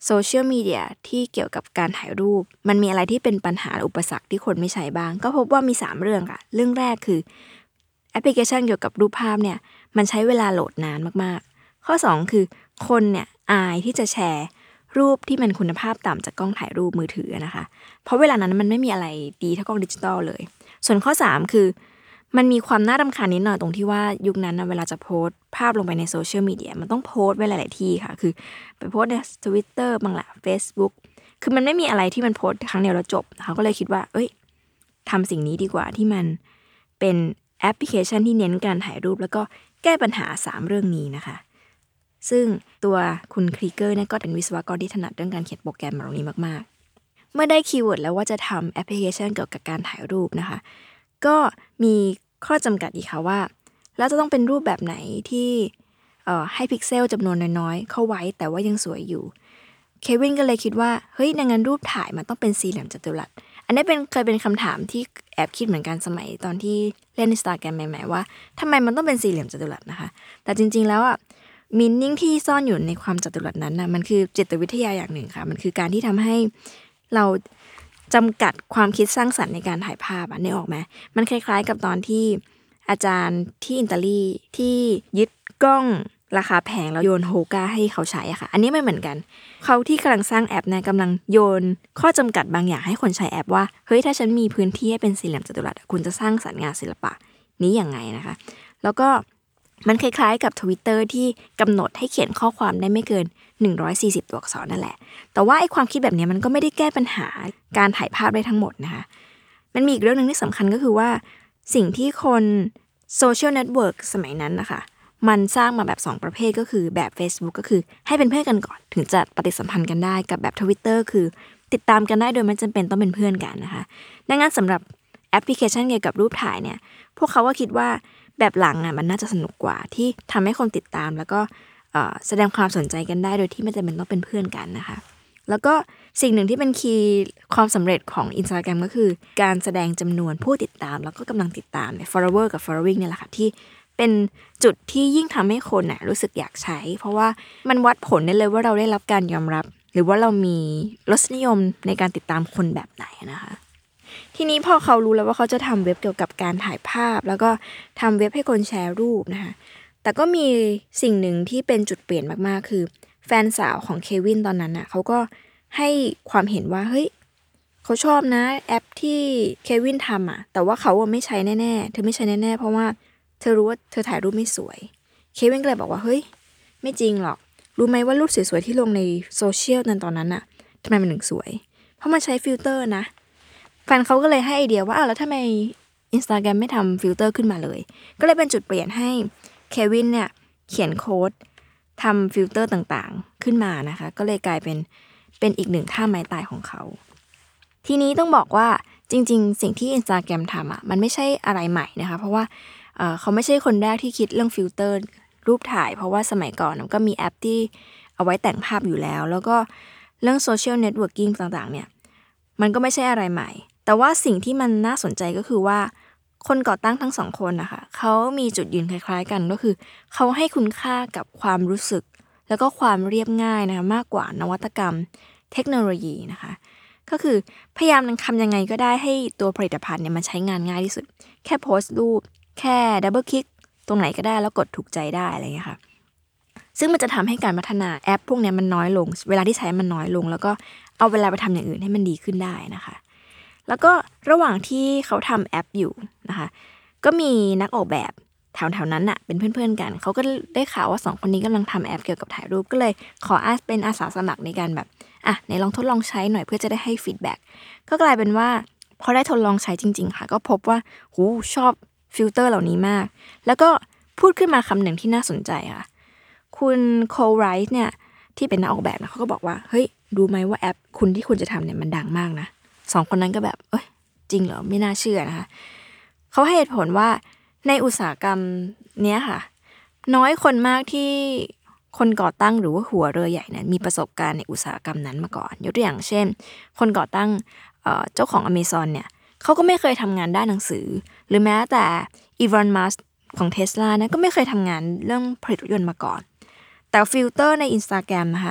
โซเชียลมีเดียที่เกี่ยวกับการถ่ายรูปมันมีอะไรที่เป็นปัญหาอุปสรรคที่คนไม่ใช้บ้างก็พบว่ามีสามเรื่องค่ะเรื่องแรกคือแอปพลิเคชันเกี่ยวกับรูปภาพเนี่ยมันใช้เวลาโหลดนานมากๆข้อสองคือคนเนี่ยอายที่จะแชร์รูปที่มันคุณภาพต่ำจากกล้องถ่ายรูปมือถือนะคะเพราะเวลานั้นมันไม่มีอะไรดีเท่ากล้องดิจิตอลเลยส่วนข้อสามคือมันมีความน่ารำคาญนิดหน่อยตรงที่ว่ายุคนั้นนะเวลาจะโพสต์ภาพลงไปในโซเชียลมีเดียมันต้องโพสต์ไว้หลายๆที่ค่ะคือไปโพสต์ใน Twitter บ้างละ Facebook คือมันไม่มีอะไรที่มันโพสต์ครั้งเดียวแล้วจบเขาก็เลยคิดว่าเอ้ยทำสิ่งนี้ดีกว่าที่มันเป็นแอปพลิเคชันที่เน้นการถ่ายรูปแล้วก็แก้ปัญหาสามเรื่องนี้นะคะซึ่งตัวคุณครีเกอร์เนี่ยก็เป็นวิศวกรที่ถนัดเรื่องการเขียนโปรแกรมตรงนี้มากๆเมื่อได้คีย์เวิร์ดแล้วว่าจะทำแอปพลิเคชันเกี่ยวกับการถ่ายรูปนะคะก็มีข้อจำกัดอีกค่ะว่าแล้วจะต้องเป็นรูปแบบไหนที่เอ่อให้พิกเซลจำนวนน้อยๆเข้าไว้แต่ว่ายังสวยอยู่เควินก็เลยคิดว่าเฮ้ยดังนั้นรูปถ่ายมันต้องเป็นสี่เหลี่ยมจัตุรัสอันนี้เป็นเคยเป็นคำถามที่แอบคิดเหมือนกันสมัยตอนที่เล่น Instagram ใหม่ๆว่าทำไมมันต้องเป็นสี่เหลี่ยมจัตุรัสนะคะแต่จริงๆแล้วอ่ะมีนิ่งที่ซ่อนอยู่ในความจัตุรัสนั้นนะมันคือจิตวิทยาอย่างหนึ่งค่ะมันคือการที่ทำให้เราจำกัดความคิดสร้างสรรค์ในการถ่ายภาพอ่ะนึกออกไหมมันคล้ายๆกับตอนที่อาจารย์ที่อิตาลีที่ยึดกล้องราคาแพงแล้วโยนโฮก้าให้เขาใช้อะค่ะอันนี้ไม่เหมือนกันเขาที่กำลังสร้างแอปเนี่ยกำลังโยนข้อจำกัดบางอย่างให้คนใช้แอปว่าเฮ้ยถ้าฉันมีพื้นที่ให้เป็นสี่เหลี่ยมจัตุรัสคุณจะสร้างสรรค์งานศิลปะนี้อย่างไงนะคะแล้วก็มันคล้ายๆกับ Twitter ที่กำหนดให้เขียนข้อความได้ไม่เกินหนึ่งร้อยสี่สิบตัวอักษรนั่นแหละแต่ว่าไอ้ความคิดแบบนี้มันก็ไม่ได้แก้ปัญหาการถ่ายภาพได้ทั้งหมดนะคะมันมีอีกเรื่องนึงที่สำคัญก็คือว่าสิ่งที่คนโซเชียลเน็ตเวิร์กสมัยนั้นนะคะมันสร้างมาแบบสองประเภทก็คือแบบ Facebook ก็คือให้เป็นเพื่อนกันก่อนถึงจะปฏิสัมพันธ์กันได้กับแบบ Twitter คือติดตามกันได้โดยไม่จำเป็นต้องเป็นเพื่อนกันนะคะดังนั้นสำหรับแอปพลิเคชันเกี่ยวกับรูปถ่ายเนี่ยพวกเขาก็คิดว่าแบบหลังอ่ะมันน่าจะสนุกกว่าที่ทำให้คนติดตามแล้วก็แสดงความสนใจกันได้โดยที่ไม่จำเป็นต้องเป็นเพื่อนกันนะคะแล้วก็สิ่งหนึ่งที่เป็นคีย์ความสำเร็จของ Instagram ก็คือการแสดงจำนวนผู้ติดตามแล้วก็กำลังติดตามเนี่ย follower กับ following เนี่ยแหละค่ะที่เป็นจุดที่ยิ่งทำให้คนน่ะรู้สึกอยากใช้เพราะว่ามันวัดผลได้เลยว่าเราได้รับการยอมรับหรือว่าเรามีรสนิยมในการติดตามคนแบบไหนนะคะทีนี้พอเขารู้แล้วว่าเขาจะทำเว็บเกี่ยวกับการถ่ายภาพแล้วก็ทำเว็บให้คนแชร์รูปนะคะแต่ก็มีสิ่งหนึ่งที่เป็นจุดเปลี่ยนมากๆคือแฟนสาวของเควินตอนนั้นน่ะเขาก็ให้ความเห็นว่าเฮ้ยเขาชอบนะแอปที่เควินทำอ่ะแต่ว่าเขาไม่ใช้แน่ๆเธอไม่ใช้แน่ๆเพราะว่าเธอรู้ว่าเธอถ่ายรูปไม่สวยเควินก็เลยบอกว่าเฮ้ยไม่จริงหรอกรู้ไหมว่ารูปสวยๆที่ลงในโซเชียลนั้นตอนนั้นน่ะทำไมมันถึงสวยเพราะมันใช้ฟิลเตอร์นะแฟนเขาก็เลยให้ไอเดียว่าอ้าวแล้วทำไม Instagram ไม่ทำฟิลเตอร์ขึ้นมาเลยก็เลยเป็นจุดเปลี่ยนให้เควินเนี่ยเขียนโค้ดทำฟิลเตอร์ต่างๆขึ้นมานะคะก็เลยกลายเป็นเป็นอีกหนึ่งท่าไม้ตายของเขาทีนี้ต้องบอกว่าจริงๆสิ่งที่ Instagram ทำอ่ะมันไม่ใช่อะไรใหม่นะคะเพราะว่าเอ่อเขาไม่ใช่คนแรกที่คิดเรื่องฟิลเตอร์รูปถ่ายเพราะว่าสมัยก่อนก็มีแอปที่เอาไว้แต่งภาพอยู่แล้วแล้วก็เรื่องโซเชียลเน็ตเวิร์กิ่งต่างๆเนี่ยมันก็ไม่ใช่อะไรใหม่แต่ว่าสิ่งที่มันน่าสนใจก็คือว่าคนก่อตั้งทั้งสองคนนะคะเขามีจุดยืนคล้ายๆกันก็คือเขาให้คุณค่ากับความรู้สึกแล้วก็ความเรียบง่ายนะคะมากกว่านวัตกรรมเทคโนโลยีนะคะก็คือพยายามทำยังไงก็ได้ให้ตัวผลิตภัณฑ์เนี่ยมันใช้งานง่ายที่สุดแค่โพสต์รูปแค่ดับเบิลคลิกตรงไหนก็ได้แล้วกดถูกใจได้อะไรอย่างเงี้ยค่ะซึ่งมันจะทำให้การพัฒนาแอปพวกนี้มันน้อยลงเวลาที่ใช้มันน้อยลงแล้วก็เอาเวลาไปทำอย่างอื่นให้มันดีขึ้นได้นะคะแล้วก็ระหว่างที่เขาทำแอปอยู่นะคะก็มีนักออกแบบแถวๆนั้นน่ะเป็นเพื่อนๆกันเขาก็ได้ข่าวว่าสองคนนี้กำลังทำแอปเกี่ยวกับถ่ายรูปก็เลยขออาเป็นอาสาสมัครในการแบบอ่ะไหนลองทดลองใช้หน่อยเพื่อจะได้ให้ฟีดแบ็กก็กลายเป็นว่าพอได้ทดลองใช้จริงๆค่ะก็พบว่าหูชอบฟิลเตอร์เหล่านี้มากแล้วก็พูดขึ้นมาคำหนึ่งที่น่าสนใจค่ะคุณโคลไรท์เนี่ยที่เป็นนักออกแบบนะเขาก็บอกว่าเฮ้ยรู้ไหมว่าแอปคุณที่คุณจะทำเนี่ยมันดังมากนะสองคนนั้นก็แบบเอ้ยจริงเหรอไม่น่าเชื่อนะคะเขาให้เหตุผลว่าในอุตสาหกรรมเนี้ยค่ะน้อยคนมากที่คนก่อตั้งหรือว่าหัวเรือใหญ่เนี่ยมีประสบการณ์ในอุตสาหกรรมนั้นมาก่อนยกตัวอย่างเช่นคนก่อตั้งเอ่อเจ้าของ Amazon เนี่ยเขาก็ไม่เคยทำงานด้านหนังสือหรือแม้แต่อีวอน มัสก์ของ Tesla เนี่ยก็ไม่เคยทำงานเรื่องผลิตรถยนต์มาก่อนแต่ฟิลเตอร์ใน Instagram นะคะ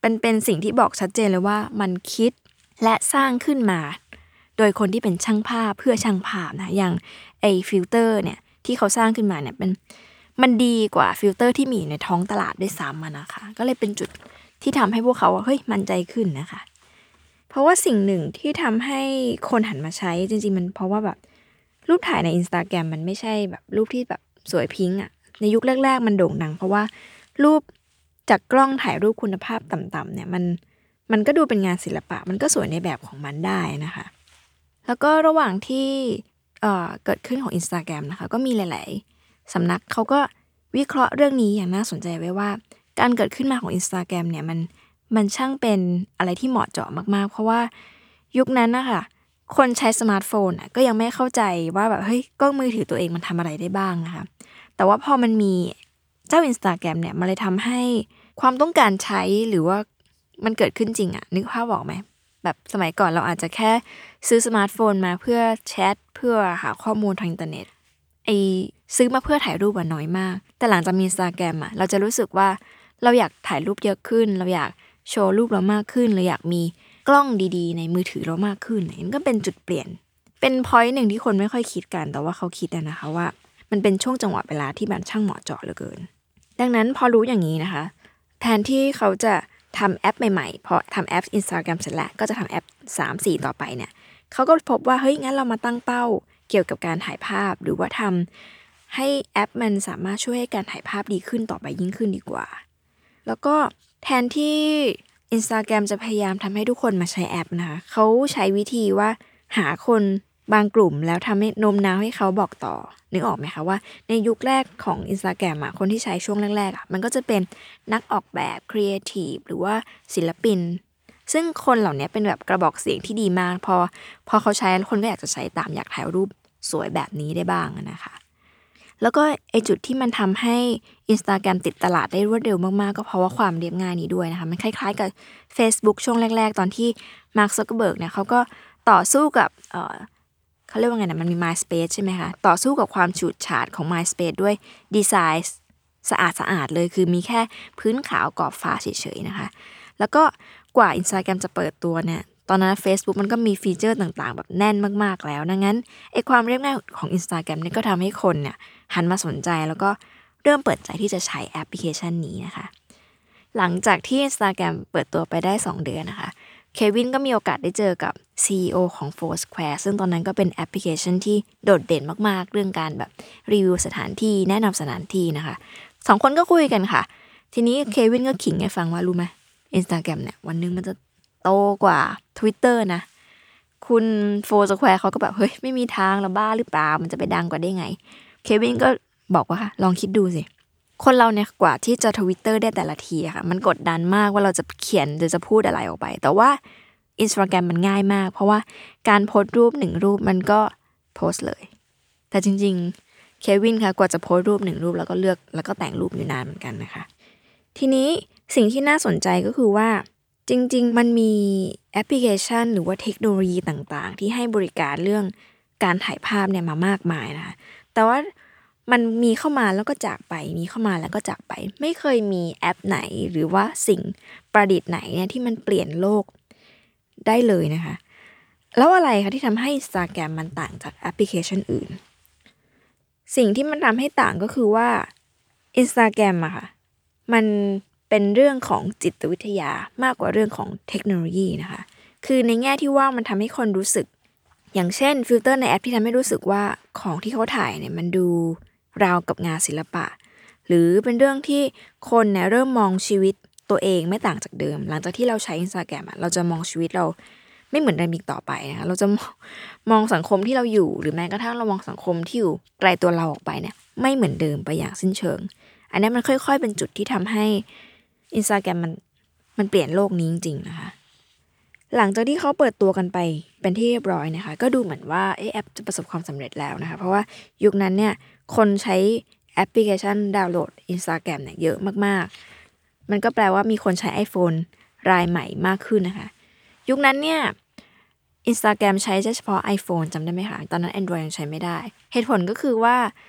เป็นเป็นสิ่งที่บอกชัดเจนเลยว่ามันคิดและสร้างขึ้นมาโดยคนที่เป็นช่างภาพเพื่อช่างภาพนะอย่างไอ้ฟิลเตอร์เนี่ยที่เขาสร้างขึ้นมาเนี่ยเป็นมันดีกว่าฟิลเตอร์ที่มีในท้องตลาดด้วยซ้ำนะคะก็เลยเป็นจุดที่ทำให้พวกเขาเฮ้ยมั่นใจขึ้นนะคะเพราะว่าสิ่งหนึ่งที่ทำให้คนหันมาใช้จริงๆมันเพราะว่าแบบรูปถ่ายใน Instagram มันไม่ใช่แบบรูปที่แบบสวยพิงค์อ่ะในยุคแรกๆมันโด่งดังเพราะว่ารูปจากกล้องถ่ายรูปคุณภาพต่ำๆเนี่ยมันมันก็ดูเป็นงานศิลปะมันก็สวยในแบบของมันได้นะคะแล้วก็ระหว่างที่เอ่อเกิดขึ้นของ Instagram นะคะก็มีหลายๆสำนักเขาก็วิเคราะห์เรื่องนี้อย่างน่าสนใจไว้ว่าการเกิดขึ้นมาของ Instagram เนี่ยมันมันช่างเป็นอะไรที่เหมาะเจาะมากๆเพราะว่ายุคนั้นนะคะคนใช้สมาร์ทโฟนอ่ะก็ยังไม่เข้าใจว่าแบบเฮ้ยกล้องมือถือตัวเองมันทำอะไรได้บ้างนะคะแต่ว่าพอมันมีเจ้า Instagram เนี่ยมันเลยทำให้ความต้องการใช้หรือว่ามันเกิดขึ้นจริงอ่ะนึกภาพออกไหมแบบสมัยก่อนเราอาจจะแค่ซื้อสมาร์ทโฟนมาเพื่อแชทเพื่อหาข้อมูลทางอินเทอร์เน็ตไอซื้อมาเพื่อถ่ายรูปอ่ะน้อยมากแต่หลังจากมี Instagram อ่ะเราจะรู้สึกว่าเราอยากถ่ายรูปเยอะขึ้นเราอยากโชว์รูปเรามากขึ้นเราอยากมีกล้องดีๆในมือถือเรามากขึ้นมันก็เป็นจุดเปลี่ยนเป็น point หนึ่งที่คนไม่ค่อยคิดกันแต่ว่าเขาคิดนะคะว่ามันเป็นช่วงจังหวะเวลาที่มันช่างเหมาะเจาะเหลือเกินดังนั้นพอรู้อย่างนี้นะคะแทนที่เขาจะทำแอปใหม่ๆพอทำแอป Instagram เสร็จแล้วก็จะทำแอป สาม สี่ ต่อไปเนี่ยเขาก็พบว่าเฮ้ยงั้นเรามาตั้งเป้าเกี่ยวกับการถ่ายภาพหรือว่าทำให้แอปมันสามารถช่วยให้การถ่ายภาพดีขึ้นต่อไปยิ่งขึ้นดีกว่าแล้วก็แทนที่ Instagram จะพยายามทำให้ทุกคนมาใช้แอปนะคะเขาใช้วิธีว่าหาคนบางกลุ่มแล้วทำให้โน้มน้าวให้เขาบอกต่อนึกออกไหมคะว่าในยุคแรกของ Instagram อ่ะคนที่ใช้ช่วงแรกๆอ่ะมันก็จะเป็นนักออกแบบครีเอทีฟหรือว่าศิลปินซึ่งคนเหล่านี้เป็นแบบกระบอกเสียงที่ดีมากพอพอเขาใช้คนก็อยากจะใช้ตามอยากถ่ายรูปสวยแบบนี้ได้บ้างนะคะแล้วก็ไอจุดที่มันทำให้ Instagram ติดตลาดได้รวดเร็วมากๆก็เพราะว่าความเรียบง่ายนี้ด้วยนะคะมันคล้ายๆกับ Facebook ช่วงแรกๆตอนที่ Mark Zuckerberg เนี่ยเขาก็ต่อสู้กับเอ่อเขาเรียกว่าไงนะมันมี MySpace ใช่ไหมคะต่อสู้กับความฉูดฉาดของ MySpace ด้วยดีไซน์สะอาดๆเลยคือมีแค่พื้นขาวกรอบฟ้าเฉยๆนะคะแล้วก็กว่า Instagram จะเปิดตัวเนี่ยตอนนั้น Facebook มันก็มีฟีเจอร์ต่างๆแบบแน่นมากๆแล้วดังนั้นไอ้ความเรียบง่ายของ Instagram เนี่ยก็ทำให้คนเนี่ยหันมาสนใจแล้วก็เริ่มเปิดใจที่จะใช้แอปพลิเคชันนี้นะคะหลังจากที่ Instagram เปิดตัวไปได้สองเดือนนะคะเควินก็มีโอกาสได้เจอกับ ซี อี โอ ของ Foursquare ซึ่งตอนนั้นก็เป็นแอปพลิเคชันที่โดดเด่นมากๆเรื่องการแบบรีวิวสถานที่แนะนำสถานที่นะคะสองคนก็คุยกันค่ะทีนี้เควินก็ขิงให้ฟังว่ารู้ไหม Instagram เนี่ยวันนึงมันจะโตกว่า Twitter นะคุณ Foursquare เขาก็แบบเฮ้ยไม่มีทางละบ้าหรือเปล่ามันจะไปดังกว่าได้ไงเควินก็บอกว่าลองคิดดูสิคนเราเนี่ยกว่าที่จะ Twitter ได้แต่ละทีอะค่ะมันกดดันมากว่าเราจะเขียนหรือจะพูดอะไรออกไปแต่ว่า Instagram มันง่ายมากเพราะว่าการโพสต์รูปหนึ่งรูปมันก็โพสต์เลยแต่จริงๆเควินค่ะกว่าจะโพสต์รูปหนึ่งรูปแล้วก็เลือกแล้วก็แต่งรูปอยู่นานเหมือนกันนะคะทีนี้สิ่งที่น่าสนใจก็คือว่าจริงๆมันมีแอปพลิเคชันหรือว่าเทคโนโลยีต่างๆที่ให้บริการเรื่องการถ่ายภาพเนี่ยมามากมายนะคะแต่ว่ามันมีเข้ามาแล้วก็จากไปมีเข้ามาแล้วก็จากไปไม่เคยมีแอปไหนหรือว่าสิ่งประดิษฐ์ไหนเนี่ยที่มันเปลี่ยนโลกได้เลยนะคะแล้วอะไรคะที่ทำให้ Instagram มันต่างจากแอปพลิเคชันอื่นสิ่งที่มันทำให้ต่างก็คือว่า Instagram อะค่ะมันเป็นเรื่องของจิตวิทยามากกว่าเรื่องของเทคโนโลยีนะคะคือในแง่ที่ว่ามันทำให้คนรู้สึกอย่างเช่นฟิลเตอร์ในแอปที่ทำให้รู้สึกว่าของที่เขาถ่ายเนี่ยมันดูราวกับงานศิลปะหรือเป็นเรื่องที่คนเนี่ยเริ่มมองชีวิตตัวเองไม่ต่างจากเดิมหลังจากที่เราใช้ Instagram อ่ะเราจะมองชีวิตเราไม่เหมือนเดิมอีกต่อไปนะคะเราจะมองสังคมที่เราอยู่หรือแม้กระทั่งเรามองสังคมที่อยู่ไกลตัวเราออกไปเนี่ยไม่เหมือนเดิมไปอย่างสิ้นเชิงอันนี้มันค่อยๆเป็นจุดที่ทำให้ Instagram มันมันเปลี่ยนโลกนี้จริงๆนะคะหลังจากที่เขาเปิดตัวกันไปเป็นที่เรียบร้อยนะคะก็ดูเหมือนว่าแอปจะประสบความสำเร็จแล้วนะคะเพราะว่ายุคนั้นเนี่ยคนใช้แอปพลิเคชันดาวน์โหลด Instagram เนี่ยเยอะมากๆมันก็แปลว่ามีคนใช้ iPhone รายใหม่มากขึ้นนะคะยุคนั้นเนี่ย Instagram ใช้เฉพาะ iPhone จำได้ไหมคะตอนนั้น Android ยังใช้ไม่ได้เหตุผลก็คือว่า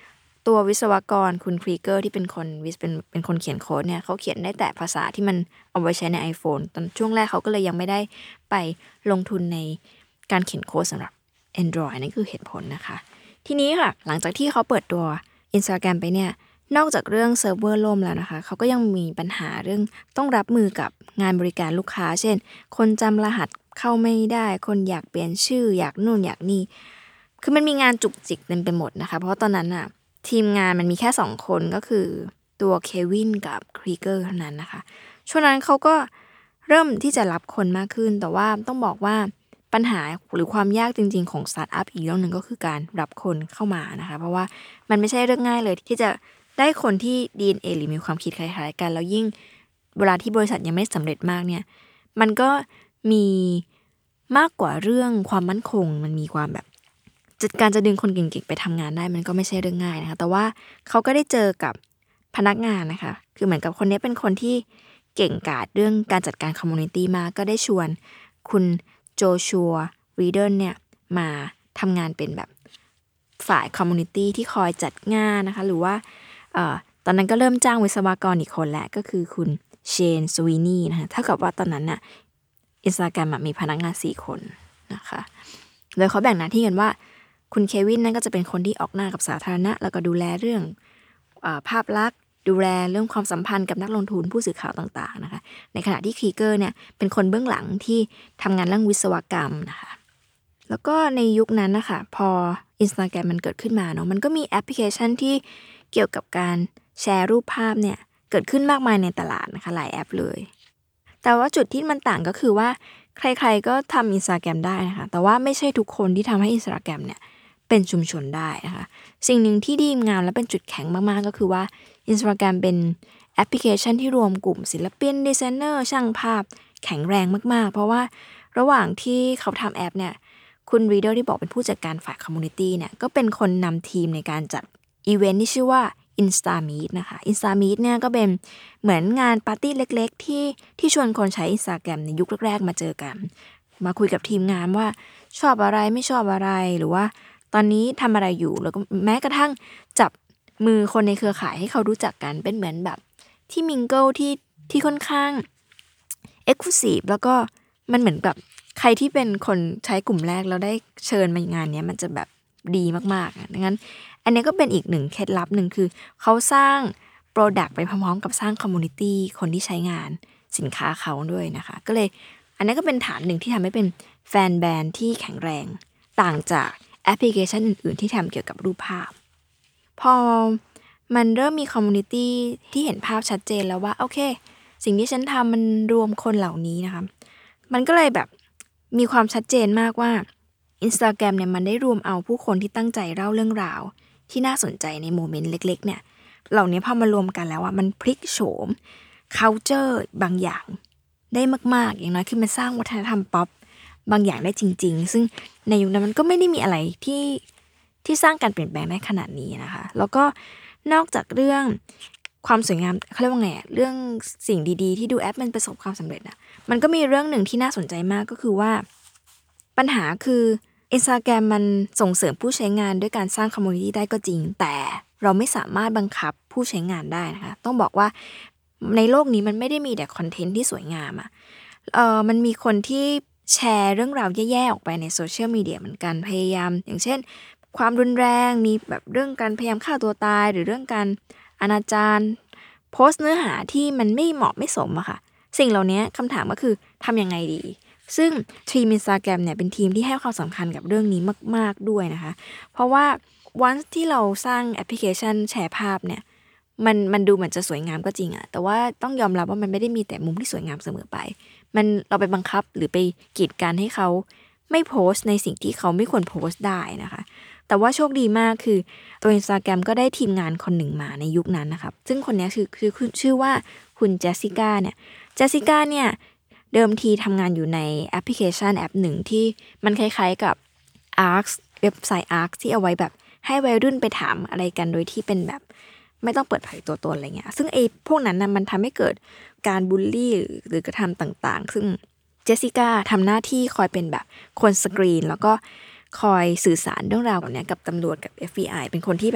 ตัววิศวกรคุณครีเกอร์ที่เป็นคนวิศเป็นเป็นคนเขียนโค้ดเนี่ยเขาเขียนได้แต่ภาษาที่มันเอาไว้ใช้ใน iPhone ตอนช่วงแรกเขาก็เลยยังไม่ได้ไปลงทุนในการเขียนโค้ดสำหรับ Android นั่นคือเหตุผลนะคะทีนี้ค่ะหลังจากที่เขาเปิดตัว Instagram ไปเนี่ยนอกจากเรื่องเซิร์ฟเวอร์ล่มแล้วนะคะเขาก็ยังมีปัญหาเรื่องต้องรับมือกับงานบริการลูกค้าเช่นคนจำรหัสเข้าไม่ได้คนอยากเปลี่ยนชื่ออยากนู่นอยากนี่คือมันมีงานจุกจิกเต็มไปหมดนะคะเพราะตอนนั้นน่ะทีมงานมันมีแค่สองคนก็คือตัวเควินกับครีเกอร์เท่านั้นนะคะช่วงนั้นเขาก็เริ่มที่จะรับคนมากขึ้นแต่ว่าต้องบอกว่าปัญหาหรือความยากจริงๆของสตาร์ทอัพอีกเรื่องนึงก็คือการรับคนเข้ามานะคะเพราะว่ามันไม่ใช่เรื่องง่ายเลยที่จะได้คนที่ ดี เอ็น เอ หรือมีความคิดคล้ายๆกันแล้วยิ่งเวลาที่บริษัทยังไม่สำเร็จมากเนี่ยมันก็มีมากกว่าเรื่องความมั่นคงมันมีความแบบการจะดึงคนเก่งๆไปทำงานได้มันก็ไม่ใช่เรื่องง่ายนะคะแต่ว่าเขาก็ได้เจอกับพนักงานนะคะคือเหมือนกับคนนี้เป็นคนที่เก่งกาจเรื่องการจัดการคอมมูนิตี้มากก็ได้ชวนคุณโจชัวรีเดอร์เนี่ยมาทำงานเป็นแบบฝ่ายคอมมูนิตี้ที่คอยจัดงานนะคะหรือว่าเอ่อตอนนั้นก็เริ่มจ้างวิศวกรอีกคนแล้วก็คือคุณเชนสวีนีนะคะเท่ากับว่าตอนนั้นน่ะ Instagram มีพนักงานสี่คนนะคะโดยเขาแบ่งหน้าที่กันว่าคุณเควินนั่นก็จะเป็นคนที่ออกหน้ากับสาธารณะแล้วก็ดูแลเรื่องเอ่อภาพลักษณ์ดูแลเรื่องความสัมพันธ์กับนักลงทุนผู้สื่อข่าวต่างๆนะคะในขณะที่ครีเกอร์เนี่ยเป็นคนเบื้องหลังที่ทำงานเรื่องวิศวกรรมนะคะแล้วก็ในยุคนั้นนะคะพอ Instagram มันเกิดขึ้นมาเนาะมันก็มีแอปพลิเคชันที่เกี่ยวกับการแชร์รูปภาพเนี่ยเกิดขึ้นมากมายในตลาดนะคะหลายแอปเลยแต่ว่าจุดที่มันต่างก็คือว่าใครๆก็ทำ Instagram ได้นะคะแต่ว่าไม่ใช่ทุกคนที่ทำให้ Instagram เนี่ยเป็นชุมชนได้นะคะสิ่งหนึ่งที่ดีงามและเป็นจุดแข็งมากๆก็คือว่า Instagram เป็นแอปพลิเคชันที่รวมกลุ่มศิลปินดีไซเนอร์ช่างภาพแข็งแรงมากๆเพราะว่าระหว่างที่เขาทำแอปเนี่ยคุณรีเดอร์ที่บอกเป็นผู้จัดการฝ่ายคอมมูนิตี้เนี่ยก็เป็นคนนำทีมในการจัดอีเวนต์ที่ชื่อว่า Insta Meet นะคะ Insta Meet เนี่ยก็เป็นเหมือนงานปาร์ตี้เล็กๆที่ที่ชวนคนใช้ Instagram ในยุคแรกๆมาเจอกันมาคุยกับทีมงานว่าชอบอะไรไม่ชอบอะไรหรือว่าตอนนี้ทำอะไรอยู่แล้วก็แม้กระทั่งจับมือคนในเครือข่ายให้เขารู้จักกันเป็นเหมือนแบบที่มิงเกิลที่ที่ค่อนข้างเอ็กซ์คลูซีฟแล้วก็มันเหมือนกับใครที่เป็นคนใช้กลุ่มแรกแล้วได้เชิญมางานนี้มันจะแบบดีมากๆดังนั้นอันนี้ก็เป็นอีกหนึ่งเคล็ดลับหนึ่งคือเขาสร้างโปรดักต์ไปพร้อมๆกับสร้างคอมมูนิตี้คนที่ใช้งานสินค้าเขาด้วยนะคะก็เลยอันนี้ก็เป็นฐานหนึ่งที่ทำให้เป็นแฟนแบรนด์ที่แข็งแรงต่างจากแอปพลิเคชันอื่นๆที่ทำเกี่ยวกับรูปภาพพอมันเริ่มมีคอมมูนิตี้ที่เห็นภาพชัดเจนแล้วว่าโอเคสิ่งที่ฉันทำมันรวมคนเหล่านี้นะคะมันก็เลยแบบมีความชัดเจนมากว่า Instagram เนี่ยมันได้รวมเอาผู้คนที่ตั้งใจเล่าเรื่องราวที่น่าสนใจในโมเมนต์เล็กๆเนี่ยเหล่านี้พอมารวมกันแล้วอ่ะมันพลิกโฉม culture บางอย่างได้มากๆอย่างน้อยคือมันสร้างวัฒนธรรมป๊อปบางอย่างได้จริงๆซึ่งในยุคนั้นมันก็ไม่ได้มีอะไรที่ที่สร้างการเปลี่ยนแปลงได้ขนาดนี้นะคะแล้วก็นอกจากเรื่องความสวยงามเขาเรียกว่าไงเรื่องสิ่งดีๆที่ดูแอปมันประสบความสำเร็จอ่ะมันก็มีเรื่องหนึ่งที่น่าสนใจมากก็คือว่าปัญหาคือ Instagram มันส่งเสริมผู้ใช้งานด้วยการสร้างคอมมูนิตี้ได้ก็จริงแต่เราไม่สามารถบังคับผู้ใช้งานได้นะคะต้องบอกว่าในโลกนี้มันไม่ได้มีแต่คอนเทนต์ที่สวยงามอ่ะเออมันมีคนที่แชร์เรื่องราวแย่ๆออกไปในโซเชียลมีเดียเหมือนกันพยายามอย่างเช่นความรุนแรงมีแบบเรื่องการพยายามฆ่าตัวตายหรือเรื่องการอนาจารโพสต์เนื้อหาที่มันไม่เหมาะไม่สมอะค่ะสิ่งเหล่านี้คำถามก็คือทำยังไงดีซึ่งทีม Instagram เนี่ยเป็นทีมที่ให้ความสำคัญกับเรื่องนี้มากๆด้วยนะคะเพราะว่าวันที่เราสร้างแอปพลิเคชันแชร์ภาพเนี่ยมันมันดูเหมือนจะสวยงามก็จริงอะแต่ว่าต้องยอมรับว่ามันไม่ได้มีแต่มุมที่สวยงามเสมอไปมันเราไปบังคับหรือไปกีดกันให้เขาไม่โพสต์ในสิ่งที่เขาไม่ควรโพสต์ได้นะคะแต่ว่าโชคดีมากคือตัว Instagram ก็ได้ทีมงานคนหนึ่งมาในยุคนั้นนะครับซึ่งคนนี้คือคือชื่อว่าคุณเจสสิก้าเนี่ยเจสสิก้าเนี่ยเดิมทีทำงานอยู่ในแอปพลิเคชันแอปหนึ่งที่มันคล้ายๆกับ Arcs เว็บไซต์ Arcs ที่เอาไว้แบบให้วัยรุ่นไปถามอะไรกันโดยที่เป็นแบบไม่ต้องเปิดเผยตัวตนอะไรเงี้ยซึ่งไอ้พวกนั้นนะมันทำให้เกิดการบูลลี่หรือกระทำต่างๆซึ่งเจสสิก้าทำหน้าที่คอยเป็นแบบคนสกรีนแล้วก็คอยสื่อสารเรื่องราวแบบนี้กับตำรวจกับ เอฟ บี ไอ เป็นคนที่แบบ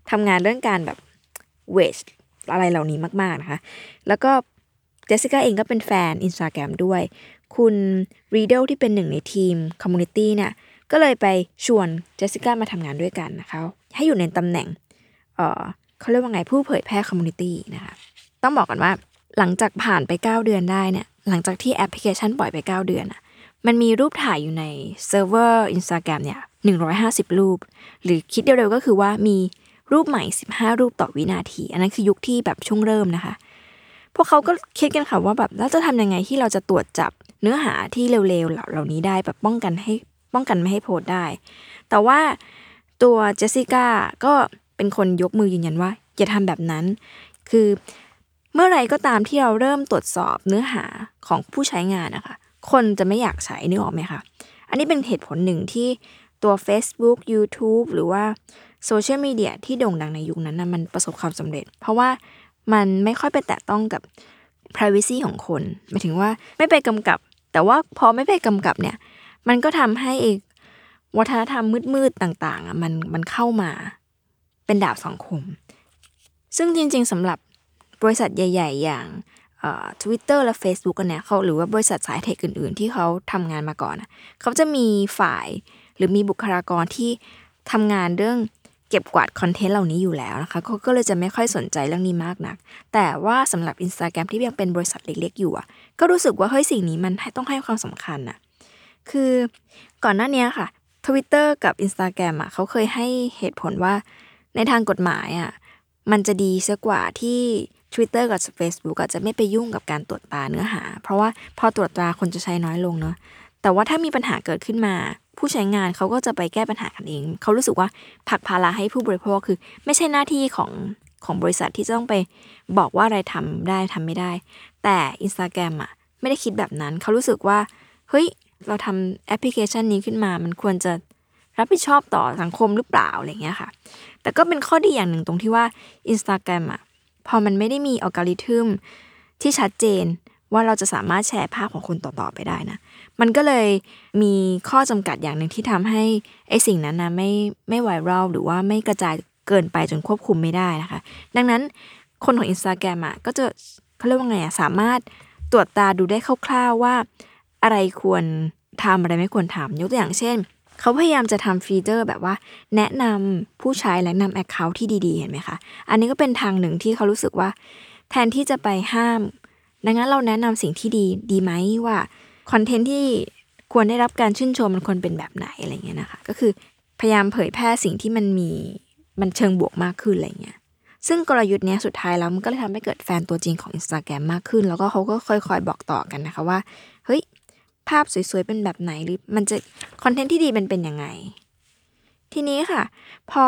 ทำงานเรื่องการแบบเวชอะไรเหล่านี้มากๆนะคะแล้วก็เจสสิก้าเองก็เป็นแฟน Instagram ด้วยคุณรีเดลที่เป็นหนึ่งในทีมคอมมูนิตี้เนี่ยก็เลยไปชวนเจสสิก้ามาทำงานด้วยกันนะคะให้อยู่ในตำแหน่งเอ่อเขาเรียกว่าไงผู้เผยแพร่คอมมูนิตี้นะคะต้องบอกกันว่าหลังจากผ่านไปเก้าเดือนได้เนี่ยหลังจากที่แอปพลิเคชันปล่อยไปเก้าเดือนอ่ะมันมีรูปถ่ายอยู่ในเซิร์ฟเวอร์ Instagram เนี่ยหนึ่งร้อยห้าสิบรูปหรือคิดเร็วๆก็คือว่ามีรูปใหม่สิบห้ารูปต่อวินาทีอันนั้นคือยุคที่แบบช่วงเริ่มนะคะพวกเขาก็คิดกันค่ะว่าแบบแล้วจะทำยังไงที่เราจะตรวจจับเนื้อหาที่เร็วๆเหล่านี้ได้แบบป้องกันให้ป้องกันไม่ให้โพสต์ได้แต่ว่าตัวเจสสิก้าก็เป็นคนยกมือยืนยันว่าอย่าทำแบบนั้นคือเมื่อไรก็ตามที่เราเริ่มตรวจสอบเนื้อหาของผู้ใช้งานนะคะคนจะไม่อยากใช้นึกออกไหมคะอันนี้เป็นเหตุผลหนึ่งที่ตัว Facebook YouTube หรือว่าโซเชียลมีเดียที่โด่งดังในยุคนั้นนะมันประสบความสำเร็จเพราะว่ามันไม่ค่อยไปแตะต้องกับ privacy ของคนหมายถึงว่าไม่ไปกำกับแต่ว่าพอไม่ไปกำกับเนี่ยมันก็ทำให้เอกวัฒนธรรมมืดๆต่างๆอ่ะมันมันเข้ามาเป็นดาบสองคมซึ่งจริงๆสำหรับบริษัทใหญ่ๆอย่างเอ่อ Twitter และ Facebook กันเนี่ยเขาหรือว่าบริษัทสายเทคอื่นๆที่เขาทำงานมาก่อนเขาจะมีฝ่ายหรือมีบุคลากรที่ทำงานเรื่องเก็บกวาดคอนเทนต์เหล่านี้อยู่แล้วนะคะเขาก็เลยจะไม่ค่อยสนใจเรื่องนี้มากนักแต่ว่าสำหรับ Instagram ที่ยังเป็นบริษัทเล็กๆอยู่อ่ะก็รู้สึกว่าเฮ้ยสิ่งนี้มันต้องให้ความสำคัญอ่ะคือก่อนหน้านี้ค่ะ Twitter กับ Instagram อ่ะเขาเคยให้เหตุผลว่าในทางกฎหมายอ่ะมันจะดีซะกว่าที่ Twitter กับ Facebook อาจจะไม่ไปยุ่งกับการตรวจตราเนื้อหาเพราะว่าพอตรวจตราคนจะใช้น้อยลงเนาะแต่ว่าถ้ามีปัญหาเกิดขึ้นมาผู้ใช้งานเขาก็จะไปแก้ปัญหากันเองเขารู้สึกว่าผลักภาระให้ผู้บริโภคคือไม่ใช่หน้าที่ของของบริษัทที่จะต้องไปบอกว่าอะไรทำได้ทำไม่ได้แต่ Instagram อ่ะไม่ได้คิดแบบนั้นเขารู้สึกว่าเฮ้ยเราทำแอปพลิเคชันนี้ขึ้นมามันควรจะรับผิดชอบต่อสังคมหรือเปล่าอะไรเงี้ยค่ะแต่ก็เป็นข้อดีอย่างหนึ่งตรงที่ว่า Instagram อ่ะพอมันไม่ได้มีอัลกอริทึมที่ชัดเจนว่าเราจะสามารถแชร์ภาพของคนต่อๆไปได้นะมันก็เลยมีข้อจำกัดอย่างหนึ่งที่ทำให้ไอ้สิ่งนั้นนะไม่ไม่ไวรัลหรือว่าไม่กระจายเกินไปจนควบคุมไม่ได้นะคะดังนั้นคนของ Instagram อ่ะก็จะเขาเรียกว่าไงอ่ะสามารถตรวจตาดูได้คร่าวๆว่าอะไรควรทำอะไรไม่ควรทำยกตัวอย่างเช่นเขาพยายามจะทำฟีเจอร์แบบว่าแนะนำผู้ใช้และนำแอคเคาท์ที่ดีๆเห็นไหมคะอันนี้ก็เป็นทางหนึ่งที่เขารู้สึกว่าแทนที่จะไปห้ามดังนั้นเราแนะนำสิ่งที่ดีดีไหมว่าคอนเทนต์ที่ควรได้รับการชื่นชมมันควรเป็นแบบไหนอะไรเงี้ยนะคะก็คือพยายามเผยแพร่สิ่งที่มันมีมันเชิงบวกมากขึ้นอะไรเงี้ยซึ่งกลยุทธ์นี้สุดท้ายแล้วมันก็เลยทำให้เกิดแฟนตัวจริงของ Instagram มากขึ้นแล้วก็เขาก็ค่อยๆบอกต่อกันนะคะว่าเฮ้ยภาพสวยๆเป็นแบบไหนหรือมันจะคอนเทนต์ที่ดีมันเป็นยังไงทีนี้ค่ะพอ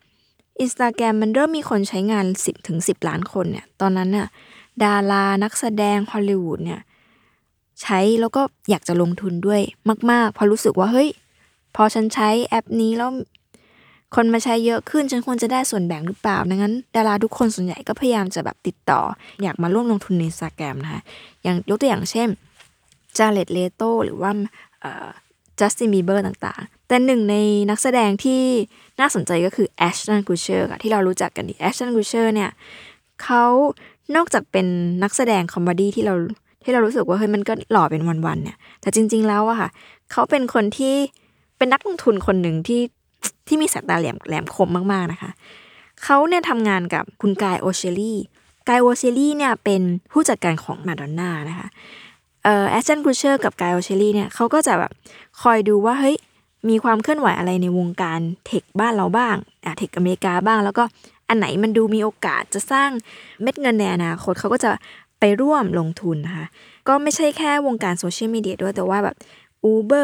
Instagram มันเริ่มมีคนใช้งานสิบถึงสิบล้านคนเนี่ยตอนนั้นน่ะดารานักแสดงฮอลลีวูดเนี่ยใช้แล้วก็อยากจะลงทุนด้วยมากๆเพราะรู้สึกว่าเฮ้ยพอฉันใช้แอปนี้แล้วคนมาใช้เยอะขึ้นฉันควรจะได้ส่วนแบ่งหรือเปล่าดังนั้นดาราทุกคนส่วนใหญ่ก็พยายามจะแบบติดต่ออยากมาร่วมลงทุนใน Instagram นะคะอย่างยกตัวอย่างเช่นจาเร็ดเลโตหรือว่าเอ่อจัสตินบีเบอร์ต่างๆแต่หนึ่งในนักแสดงที่น่าสนใจก็คือแอชตันกูเชอร์ค่ะที่เรารู้จักกันดีแอชตันกูเชอร์เนี่ยเขานอกจากเป็นนักแสดงคอมเมดี้ที่เราที่เรารู้สึกว่าเฮ้ยมันก็หล่อเป็นวันๆเนี่ยแต่จริงๆแล้วอะค่ะเขาเป็นคนที่เป็นนักลงทุนคนหนึ่งที่ที่มีสายตาแหลมแหลมคมมากๆนะคะเขาเนี่ยทำงานกับคุณกายโอเชลี่กายโอเชลี่เนี่ยเป็นผู้จัดการของมาดอนน่านะคะเอ่อแอชตันกูเชอร์กับกายโอเชลี่เนี่ยเขาก็จะแบบคอยดูว่าเฮ้ยมีความเคลื่อนไหวอะไรในวงการเทคบ้านเราบ้างอ่ะเทคอเมริกาบ้างแล้วก็อันไหนมันดูมีโอกาสจะสร้างเม็ดเงินในอนาคตเขาก็จะไปร่วมลงทุนนะคะก็ไม่ใช่แค่วงการโซเชียลมีเดียด้วยแต่ว่าแบบ Uber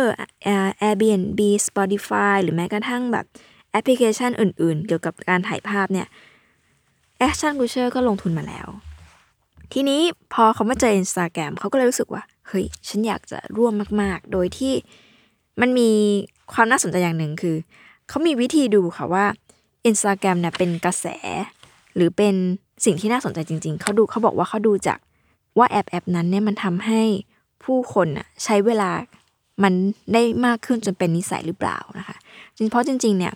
Airbnb Spotify หรือแม้กระทั่งแบบแอปพลิเคชันอื่นๆเกี่ยวกับการถ่ายภาพเนี่ยแอชตันกูเชอร์ก็ลงทุนมาแล้วทีนี้พอเขามาเจอ Instagram เขาก็เลยรู้สึกว่าเฮ้ยฉันอยากจะร่วมมากๆโดยที่มันมีความน่าสนใจอย่างหนึ่งคือเขามีวิธีดูค่ะว่า Instagram เนี่ยเป็นกระแสหรือเป็นสิ่งที่น่าสนใจจริงๆเขาดูเขาบอกว่าเขาดูจากว่าแอปแอปนั้นเนี่ยมันทำให้ผู้คนน่ะใช้เวลามันได้มากขึ้นจนเป็นนิสัยหรือเปล่านะคะจริงเพราะจริงๆเนี่ย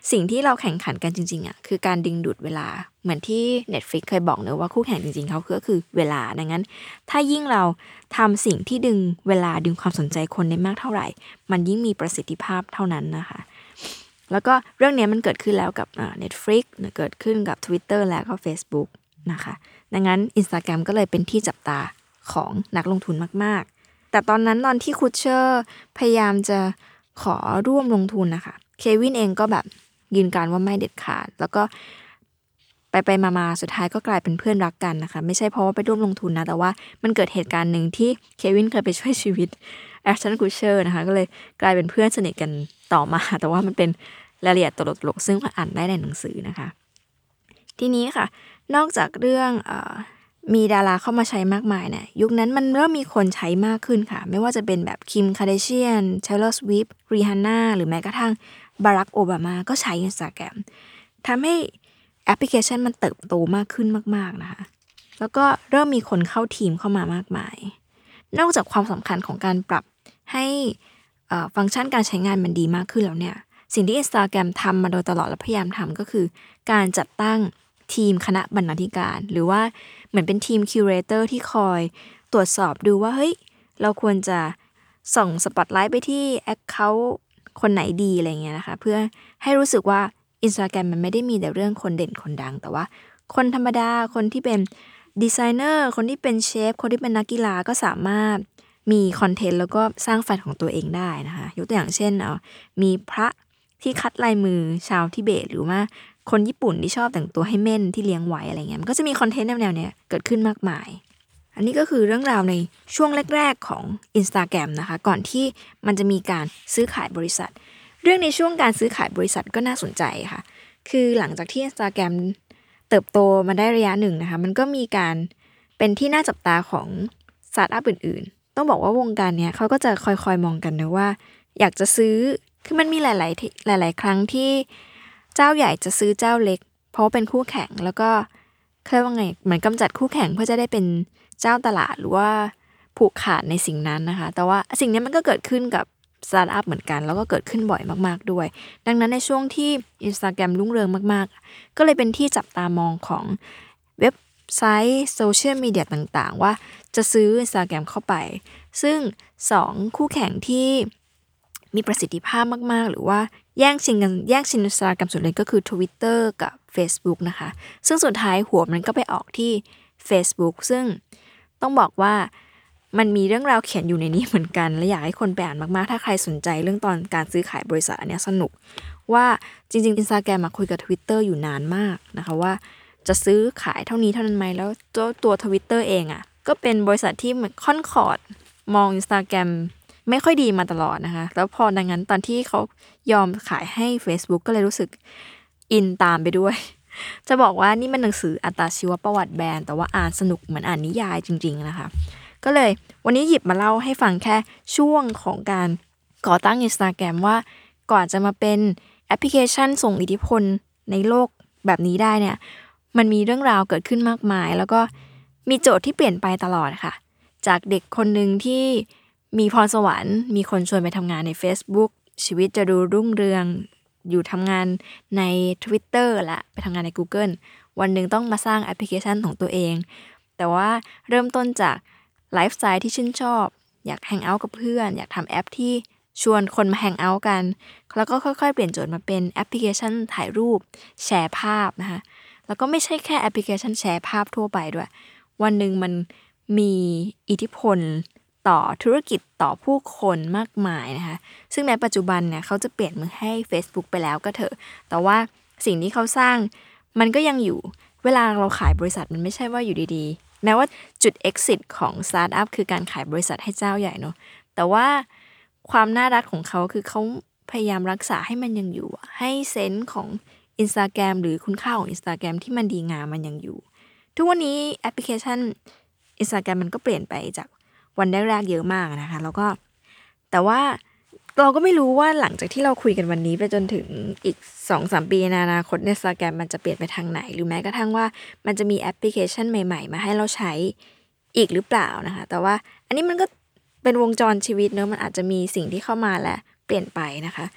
สิ่งที่เราแข่งขันกันจริงๆอ่ะคือการดึงดูดเวลาเหมือนที่ Netflix เคยบอกเนอะว่าคู่แข่งจริงๆเขาก็คือเวลาดังนั้นถ้ายิ่งเราทำสิ่งที่ดึงเวลาดึงความสนใจคนได้มากเท่าไหร่มันยิ่งมีประสิทธิภาพเท่านั้นนะคะแล้วก็เรื่องนี้มันเกิดขึ้นแล้วกับอ่า Netflix เกิดขึ้นกับ Twitter และก็ Facebook นะคะดังนั้น Instagram ก็เลยเป็นที่จับตาของนักลงทุนมากๆแต่ตอนนั้นตอนที่คูเชอร์พยายามจะขอร่วมลงทุนนะคะเควินเองก็แบบยืนการว่าไม่เด็ดขาดแล้วก็ไปไปมาๆสุดท้ายก็กลายเป็นเพื่อนรักกันนะคะไม่ใช่เพราะว่าไปร่วมลงทุนนะแต่ว่ามันเกิดเหตุการณ์หนึ่งที่เควินเคยไปช่วยชีวิตแอชตันคูเชอร์นะคะก็เลยกลายเป็นเพื่อนสนิทกันต่อมาแต่ว่ามันเป็นรายละเอียดตลกๆซึ่งอ่านได้ในหนังสือนะคะทีนี้ค่ะนอกจากเรื่องเอ่อมีดาราเข้ามาใช้มากมายเนี่ยยุคนั้นมันเริ่มมีคนใช้มากขึ้นค่ะไม่ว่าจะเป็นแบบคิมคาร์เดเชียนเทย์เลอร์สวิฟต์รีฮาน่าหรือแม้กระทั่งบารักโอบามาก็ใช้ Instagram ทำให้แอปพลิเคชันมันเติบโตมากขึ้นมากๆนะคะแล้วก็เริ่มมีคนเข้าทีมเข้ามามากมายนอกจากความสำคัญของการปรับให้ฟังก์ชันการใช้งานมันดีมากขึ้นแล้วเนี่ยสิ่งที่ Instagram ทำมาโดยตลอดและพยายามทำก็คือการจัดตั้งทีมคณะบรรณาธิการหรือว่าเหมือนเป็นทีมคิวเรเตอร์ที่คอยตรวจสอบดูว่าเฮ้ยเราควรจะส่องสปอตไลท์ไปที่แอคเคาท์คนไหนดีอะไรเงี้ยนะคะเพื่อให้รู้สึกว่า Instagram มันไม่ได้มีแต่เรื่องคนเด่นคนดังแต่ว่าคนธรรมดาคนที่เป็นดีไซเนอร์คนที่เป็นเชฟคนที่เป็นนักกีฬาก็สามารถมีคอนเทนต์แล้วก็สร้างแฟนของตัวเองได้นะคะยกตัวอย่างเช่นเอ่อมีพระที่คัดลายมือชาวทิเบตหรือว่าคนญี่ปุ่นที่ชอบแต่งตัวให้เม่นที่เลี้ยงไว้อะไรเงี้ยมันก็จะมีคอนเทนต์แนวๆเนี้ยเกิดขึ้นมากมายอันนี้ก็คือเรื่องราวในช่วงแรกๆของ Instagram นะคะก่อนที่มันจะมีการซื้อขายบริษัทเรื่องในช่วงการซื้อขายบริษัทก็น่าสนใจค่ะคือหลังจากที่ Instagram เติบโตมาได้ระยะหนึ่งนะคะมันก็มีการเป็นที่น่าจับตาของสตาร์ทอัพอื่นๆต้องบอกว่าวงการเนี้ยเขาก็จะคอยๆมองกันนะว่าอยากจะซื้อคือมันมีหลายๆหลายๆครั้งที่เจ้าใหญ่จะซื้อเจ้าเล็กเพราะเป็นคู่แข่งแล้วก็เคยว่าไงเหมือนกำจัดคู่แข่งเพื่อจะได้เป็นเจ้าตลาดหรือว่าผูกขาดในสิ่งนั้นนะคะแต่ว่าสิ่งนี้มันก็เกิดขึ้นกับสตาร์ทอัพเหมือนกันแล้วก็เกิดขึ้นบ่อยมากๆด้วยดังนั้นในช่วงที่ Instagram รุ่งเรืองมากๆก็เลยเป็นที่จับตามองของเว็บไซต์โซเชียลมีเดียต่างๆว่าจะซื้อ Instagram เข้าไปซึ่งสองคู่แข่งที่มีประสิทธิภาพมากๆหรือว่าแย่งชิงกันแย่งชิง Instagram สุดเลยก็คือ Twitter กับ Facebook นะคะซึ่งสุดท้ายหัวมันก็ไปออกที่ Facebook ซึ่งต้องบอกว่ามันมีเรื่องราวเขียนอยู่ในนี้เหมือนกันและอยากให้คนไปอ่านมากๆถ้าใครสนใจเรื่องตอนการซื้อขายบริษัทอันนี้สนุกว่าจริงๆ Instagram มาคุยกับ Twitter อยู่นานมากนะคะว่าจะซื้อขายเท่านี้เท่านั้นไหมแล้วตัวตัว Twitter เองอ่ะก็เป็นบริษัทที่ค่อนขอดมอง Instagram ไม่ค่อยดีมาตลอดนะคะแล้วพอดังนั้นตอนที่เขายอมขายให้ Facebook ก็เลยรู้สึกอินตามไปด้วยจะบอกว่านี่มันหนังสืออัตชีวประวัติแบรนด์แต่ว่าอ่านสนุกเหมือนอ่านนิยายจริงๆนะคะก็เลยวันนี้หยิบมาเล่าให้ฟังแค่ช่วงของการก่อตั้ง Instagram ว่าก่อนจะมาเป็นแอปพลิเคชันส่งอิทธิพลในโลกแบบนี้ได้เนี่ยมันมีเรื่องราวเกิดขึ้นมากมายแล้วก็มีโจทย์ที่เปลี่ยนไปตลอดค่ะจากเด็กคนนึงที่มีพรสวรรค์มีคนชวนไปทำงานใน Facebook ชีวิตจะดูรุ่งเรืองอยู่ทำงานใน Twitter และไปทำงานใน Google วันหนึ่งต้องมาสร้างแอปพลิเคชันของตัวเองแต่ว่าเริ่มต้นจากไลฟ์สไตล์ที่ชื่นชอบอยากแฮงเอาท์กับเพื่อนอยากทำแอปที่ชวนคนมาแฮงเอาท์กันแล้วก็ค่อยๆเปลี่ยนโจทย์มาเป็นแอปพลิเคชันถ่ายรูปแชร์ภาพนะคะแล้วก็ไม่ใช่แค่แอปพลิเคชันแชร์ภาพทั่วไปด้วยวันหนึ่งมันมีอิทธิพลต่อธุรกิจต่อผู้คนมากมายนะคะซึ่งในปัจจุบันเนี่ยเขาจะเปลี่ยนมือให้ Facebook ไปแล้วก็เถอะแต่ว่าสิ่งที่เขาสร้างมันก็ยังอยู่เวลาเราขายบริษัทมันไม่ใช่ว่าอยู่ดีๆแม้ว่าจุด exit ของ startup คือการขายบริษัทให้เจ้าใหญ่เนาะแต่ว่าความน่ารักของเขาคือเขาพยายามรักษาให้มันยังอยู่ให้เซนส์ของ Instagram หรือคุณค่าของ Instagram ที่มันดีงามมันยังอยู่ทุกวันนี้แอปพลิเคชัน Instagram มันก็เปลี่ยนไปจากวันแรกๆเยอะมากนะคะแล้วก็แต่ว่าเราก็ไม่รู้ว่าหลังจากที่เราคุยกันวันนี้ไปจนถึงอีก สองถึงสาม ปีในอนาคตใน Instagram มันจะเปลี่ยนไปทางไหนหรือแม้กระทั่งว่ามันจะมีแอปพลิเคชันใหม่ๆมาให้เราใช้อีกหรือเปล่านะคะแต่ว่าอันนี้มันก็เป็นวงจรชีวิตเนอะมันอาจจะมีสิ่งที่เข้ามาและเปลี่ยนไปนะคะ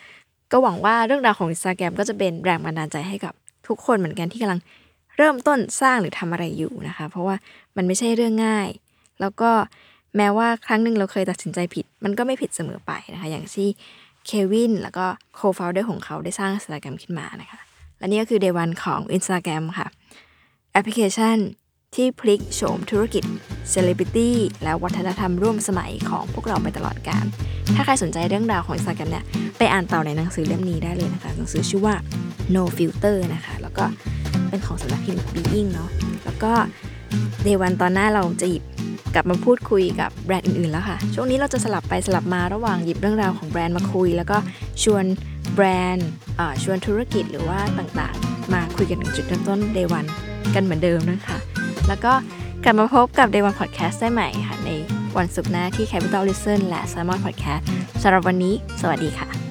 ก็หวังว่าเรื่องราวของ Instagram ก็จะเป็นแรงบันดาลใจให้กับทุกคนเหมือนกันที่กำลังเริ่มต้นสร้างหรือทำอะไรอยู่นะคะเพราะว่ามันไม่ใช่เรื่องง่ายแล้วก็แม้ว่าครั้งหนึ่งเราเคยตัดสินใจผิดมันก็ไม่ผิดเสมอไปนะคะอย่างที่เควินแล้วก็โคฟาวเดอร์ของเขาได้สร้าง Instagram ขึ้นมานะคะและนี่ก็คือ Day วัน ของ Instagram ค่ะแอปพลิเคชันที่พลิกโฉมธุรกิจ Celebrity และวัฒนธรรมร่วมสมัยของพวกเราไปตลอดกาลถ้าใครสนใจเรื่องราวของ Instagram เนี่ยไปอ่านต่อในหนังสือเล่มนี้ได้เลยนะคะหนังสือชื่อว่า No Filter นะคะแล้วก็เป็นของสำนักพิมพ์ Being เนาะแล้วก็ Day วัน ตอนหน้าเราจะหยิบกลับมาพูดคุยกับแบรนด์อื่นๆแล้วค่ะช่วงนี้เราจะสลับไปสลับมาระหว่างหยิบเรื่องราวของแบรนด์มาคุยแล้วก็ชวนแบรนด์อ่าชวนธุรกิจหรือว่าต่างๆมาคุยกันถึงจุดเริ่มต้น Day วัน กันเหมือนเดิมนะคะแล้วก็กลับมาพบกับ Day วัน Podcast ได้ใหม่ค่ะในวันศุกร์หน้าที่ Capital Listen และ Salmon Podcast สำหรับวันนี้สวัสดีค่ะ